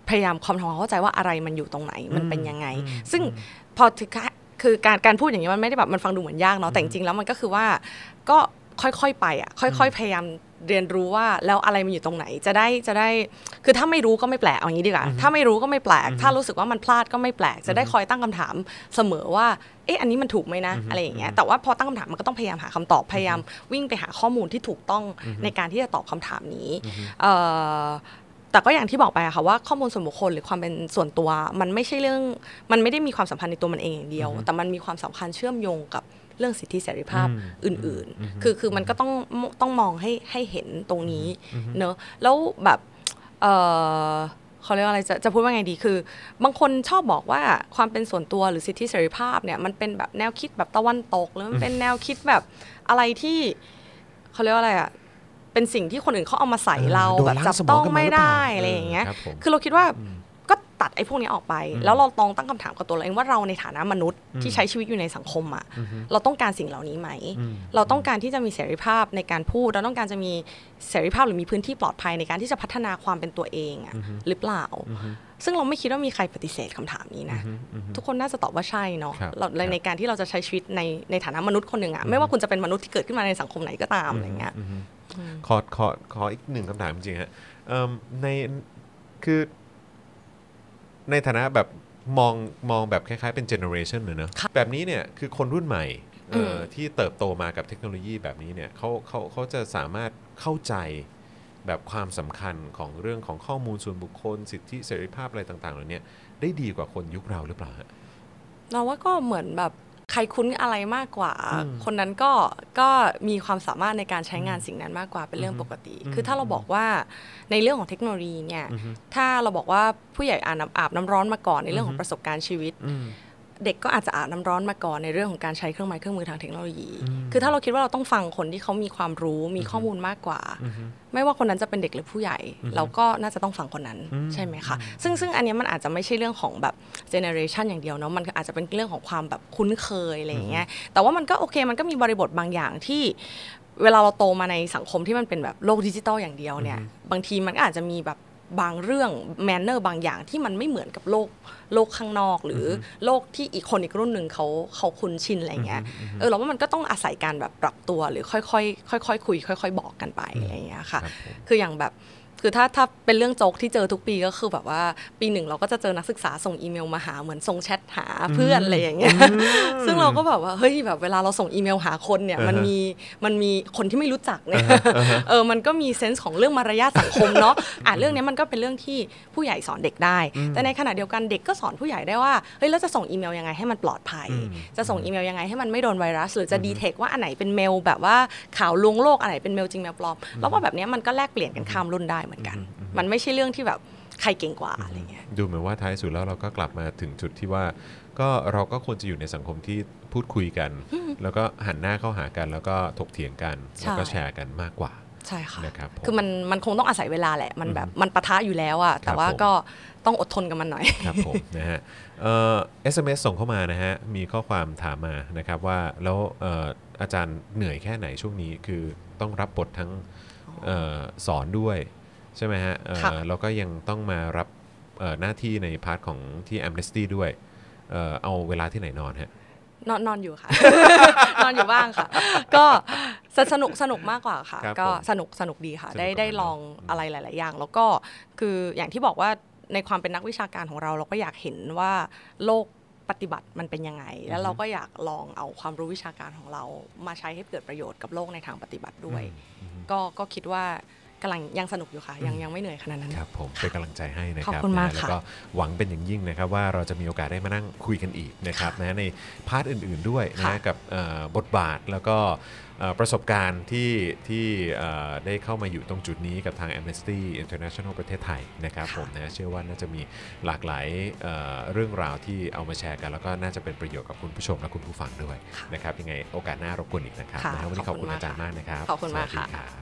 พยายามความทำความเข้าใจว่าอะไรมันอยู่ตรงไหนมันเป็นยังไงซึ่งพอคือการการพูดอย่างนี้มันไม่ได้แบบมันฟังดูเหมือนยากเนาะแต่จริงๆแล้วมันก็คือว่าก็ค่อยๆไปอ่ะค่อยๆพยายามเรียนรู้ว่าแล้วอะไรมันอยู่ตรงไหนจะได้จะได้คือถ้าไม่รู้ก็ไม่แปลกเอาอย่างนี้ดีกว่าถ้าไม่รู้ก็ไม่แปลกถ้ารู้สึกว่ามันพลาดก็ไม่แปลกจะได้คอยตั้งคำถามเสมอว่าเอ๊ะอันนี้มันถูกไหมนะอะไรอย่างเงี้ยแต่ว่าพอตั้งคำถามมันก็ต้องพยายามหาคำตอบพยายามวิ่งไปหาข้อมูลที่ถูกต้องในการที่จะตอบคำถามนี้แต่ก็อย่างที่บอกไปอะค่ะว่าข้อมูลส่วนบุคคลหรือความเป็นส่วนตัวมันไม่ใช่เรื่องมันไม่ได้มีความสัมพันธ์ในตัวมันเองอย่างเดียวแต่มันมีความสัมพันธ์เชื่อมโยงกับเรื่องสิทธิเสรีภาพอื่นๆคือคือมันก็ต้องต้องมองให้ให้เห็นตรงนี้เนอะแล้วแบบเออเขาเรียกว่าอะไรจะจะพูดว่าไงดีคือบางคนชอบบอกว่าความเป็นส่วนตัวหรือสิทธิเสรีภาพเนี่ยมันเป็นแบบแนวคิดแบบตะวันตกหรือมันเป็นแนวคิดแบบอะไรที่เขาเรียกว่าอะไรอะเป็นสิ่งที่คนอื่นเขาเอามาใส่เราแบบจับต้องไม่ได้อะไรอย่างเงี้ยคือเราคิดว่าก็ตัดไอ้พวกนี้ออกไปแล้วเราต้องตั้งคำถามกับตัวเราเองว่าเราในฐานะมนุษย์ที่ใช้ชีวิตอยู่ในสังคมอ่ะเราต้องการสิ่งเหล่านี้ไหมเราต้องการที่จะมีเสรีภาพในการพูดเราต้องการจะมีเสรีภาพหรือมีพื้นที่ปลอดภัยในการที่จะพัฒนาความเป็นตัวเองอ่ะหรือเปล่าซึ่งเราไม่คิดว่ามีใครปฏิเสธคำถามนี้นะทุกคนน่าจะตอบว่าใช่เนาะในการที่เราจะใช้ชีวิตในในฐานะมนุษย์คนหนึ่งอ่ะไม่ว่าคุณจะเป็นมนุษย์ที่เกิดขึ้นมาในสังคมไหนก็ตามอะไรเงี้ยขอขอขออีกหนึ่งคำถามจริงๆฮะในคือในฐานะแบบมองมองแบบคล้ายๆเป็นเจเนอเรชันเลยเนอะแบบนี้เนี่ยคือคนรุ่นใหม่ที่เติบโตมากับเทคโนโลยีแบบนี้เนี่ยเขาเขาเขาจะสามารถเข้าใจแบบความสำคัญของเรื่องของข้อมูลส่วนบุคคลสิทธิเสรีภาพอะไรต่างๆเหล่านี้ได้ดีกว่าคนยุคเราหรือเปล่าฮะเราว่าก็เหมือนแบบใครคุ้นอะไรมากกว่าคนนั้นก็ก็มีความสามารถในการใช้งานสิ่งนั้นมากกว่าเป็นเรื่องปกติคือถ้าเราบอกว่าในเรื่องของเทคโนโลยีเนี่ยถ้าเราบอกว่าผู้ใหญ่อาบน้ำอาบน้ำร้อนมาก่อนในเรื่องของประสบการณ์ชีวิตเด็กก็อาจจะอาบน้ำร้อนมาก่อนในเรื่องของการใช้เครื่องไม้เครื่องมือทางเทคโนโลยีคือถ้าเราคิดว่าเราต้องฟังคนที่เขามีความรู้มีข้อมูลมากกว่าไม่ว่าคนนั้นจะเป็นเด็กหรือผู้ใหญ่เราก็น่าจะต้องฟังคนนั้นใช่ไหมคะซึ่งซึ่งอันนี้มันอาจจะไม่ใช่เรื่องของแบบเจเนอเรชันอย่างเดียวเนาะมันอาจจะเป็นเรื่องของความแบบคุ้นเคยอะไรอย่างเงี้ยแต่ว่ามันก็โอเคมันก็มีบริบทบางอย่างที่เวลาเราโตมาในสังคมที่มันเป็นแบบโลกดิจิตอลอย่างเดียวเนี่ยบางทีมันก็อาจจะมีแบบบางเรื่องแมนเนอร์บางอย่างที่มันไม่เหมือนกับโลกโลกข้างนอกหรือโลกที่อีกคนอีกรุ่นหนึ่งเขาเขาคุ้นชินอะไรเงี้ยเออเราว่ามันก็ต้องอาศัยการแบบปรับตัวหรือค่อยๆค่อยๆคุยค่อยๆบอกกันไปอะไรเงี้ยค่ะคืออย่างแบบคือถ้าถ้าเป็นเรื่องโจ๊กที่เจอทุกปีก็คือแบบว่าปีหนึ่งเราก็จะเจอนักศึกษาส่งอีเมลมาหาเหมือนส่งแชทหาเพื่อนอะไรอย่างเงี้ยซึ่งเราก็แบบว่าเฮ้ยแบบเวลาเราส่งอีเมลหาคนเนี่ยมันมีมันมีคนที่ไม่รู้จักเนี่ยเออมันก็มีเซนส์ของเรื่องมารยาทสังคมเนาะอ่ะเรื่องนี้มันก็เป็นเรื่องที่ผู้ใหญ่สอนเด็กได้แต่ในขณะเดียวกันเด็กก็สอนผู้ใหญ่ได้ว่าเฮ้ยแล้วจะส่งอีเมลยังไงให้มันปลอดภัยจะส่งอีเมลยังไงให้มันไม่โดนไวรัสหรือจะดีเทคว่าอันไหนเป็นเมลแบบว่าข่าวลวงโลกอันไหนเป็นเมลจริงเมลปลอมแล้วว่าแบบนี้มันก็แลกเปลี่ยนกันข้ามรุ่นได้เหมือนกันมันไม่ใช่เรื่องที่แบบใครเก่งกว่าอะไรเงี้ยดูเหมือนว่าท้ายสุดแล้วเราก็กลับมาถึงจุดที่ว่าก็เราก็ควรจะอยู่ในสังคมที่พูดคุยกันแล้วก็หันหน้าเข้าหากันแล้วก็ถกเถียงกันแล้วก็แชร์กันมากกว่าใช่ค่ะนะครับคือมันมันคงต้องอาศัยเวลาแหละมันแบบมันปะทะอยู่แล้วอะแต่ว่าก็ต้องอดทนกับมันหน่อยครับผมนะฮะเอ่อ เอส เอ็ม เอส ส่งเข้ามานะฮะมีข้อความถามมานะครับว่าแล้วเอ่ออาจารย์เหนื่อยแค่ไหนช่วงนี้คือต้องรับบททั้งเอ่อสอนด้วยใช่ไหมฮะแล้วก็ยังต้องมารับหน้าที่ในพาร์ทของที่ Amnesty ด้วยเอ่อเอาเวลาที่ไหนนอนฮะนอนนอนอยู่ค่ะ นอนอยู่บ้างค่ะก็สนุกสนุกมากกว่าค่ะก็สนุกสนุกดีค่ะได้ได้ลองอะไรหลายๆอย่างแล้วก็คืออย่างที่บอกว่าในความเป็นนักวิชาการของเราเราก็อยากเห็นว่าโลกปฏิบัติมันเป็นยังไงแล้วเราก็อยากลองเอาความรู้วิชาการของเรามาใช้ให้เกิดประโยชน์กับโลกในทางปฏิบัติด้วยก็ก็คิดว่ากำลังยังสนุกอยู่ค่ะยังยังไม่เหนื่อยขนาดนั้นครับผมเป็นกำลังใจให้นะครับขอบคุณมากค่ะแล้วก็หวังเป็นอย่างยิ่งนะครับว่าเราจะมีโอกาสได้มานั่งคุยกันอีกนะครับนะในพาร์ทอื่นๆด้วยนะกับบทบาทแล้วก็ประสบการณ์ที่ที่ได้เข้ามาอยู่ตรงจุดนี้กับทาง Amnesty International ประเทศไทยนะครับผมนะเชื่อว่าน่าจะมีหลากหลายเรื่องราวที่เอามาแชร์กันแล้วก็น่าจะเป็นประโยชน์กับคุณผู้ชมและคุณผู้ฟังด้วยนะครับยังไงโอกาสหน้ารบกวนอีกนะครับวันนี้ขอบคุณอาจารย์มากนะครับขอบคุณมากค่ะ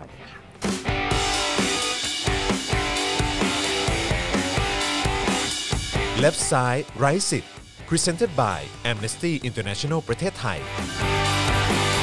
Left Side Right Sit Presented by Amnesty International ประเทศไทย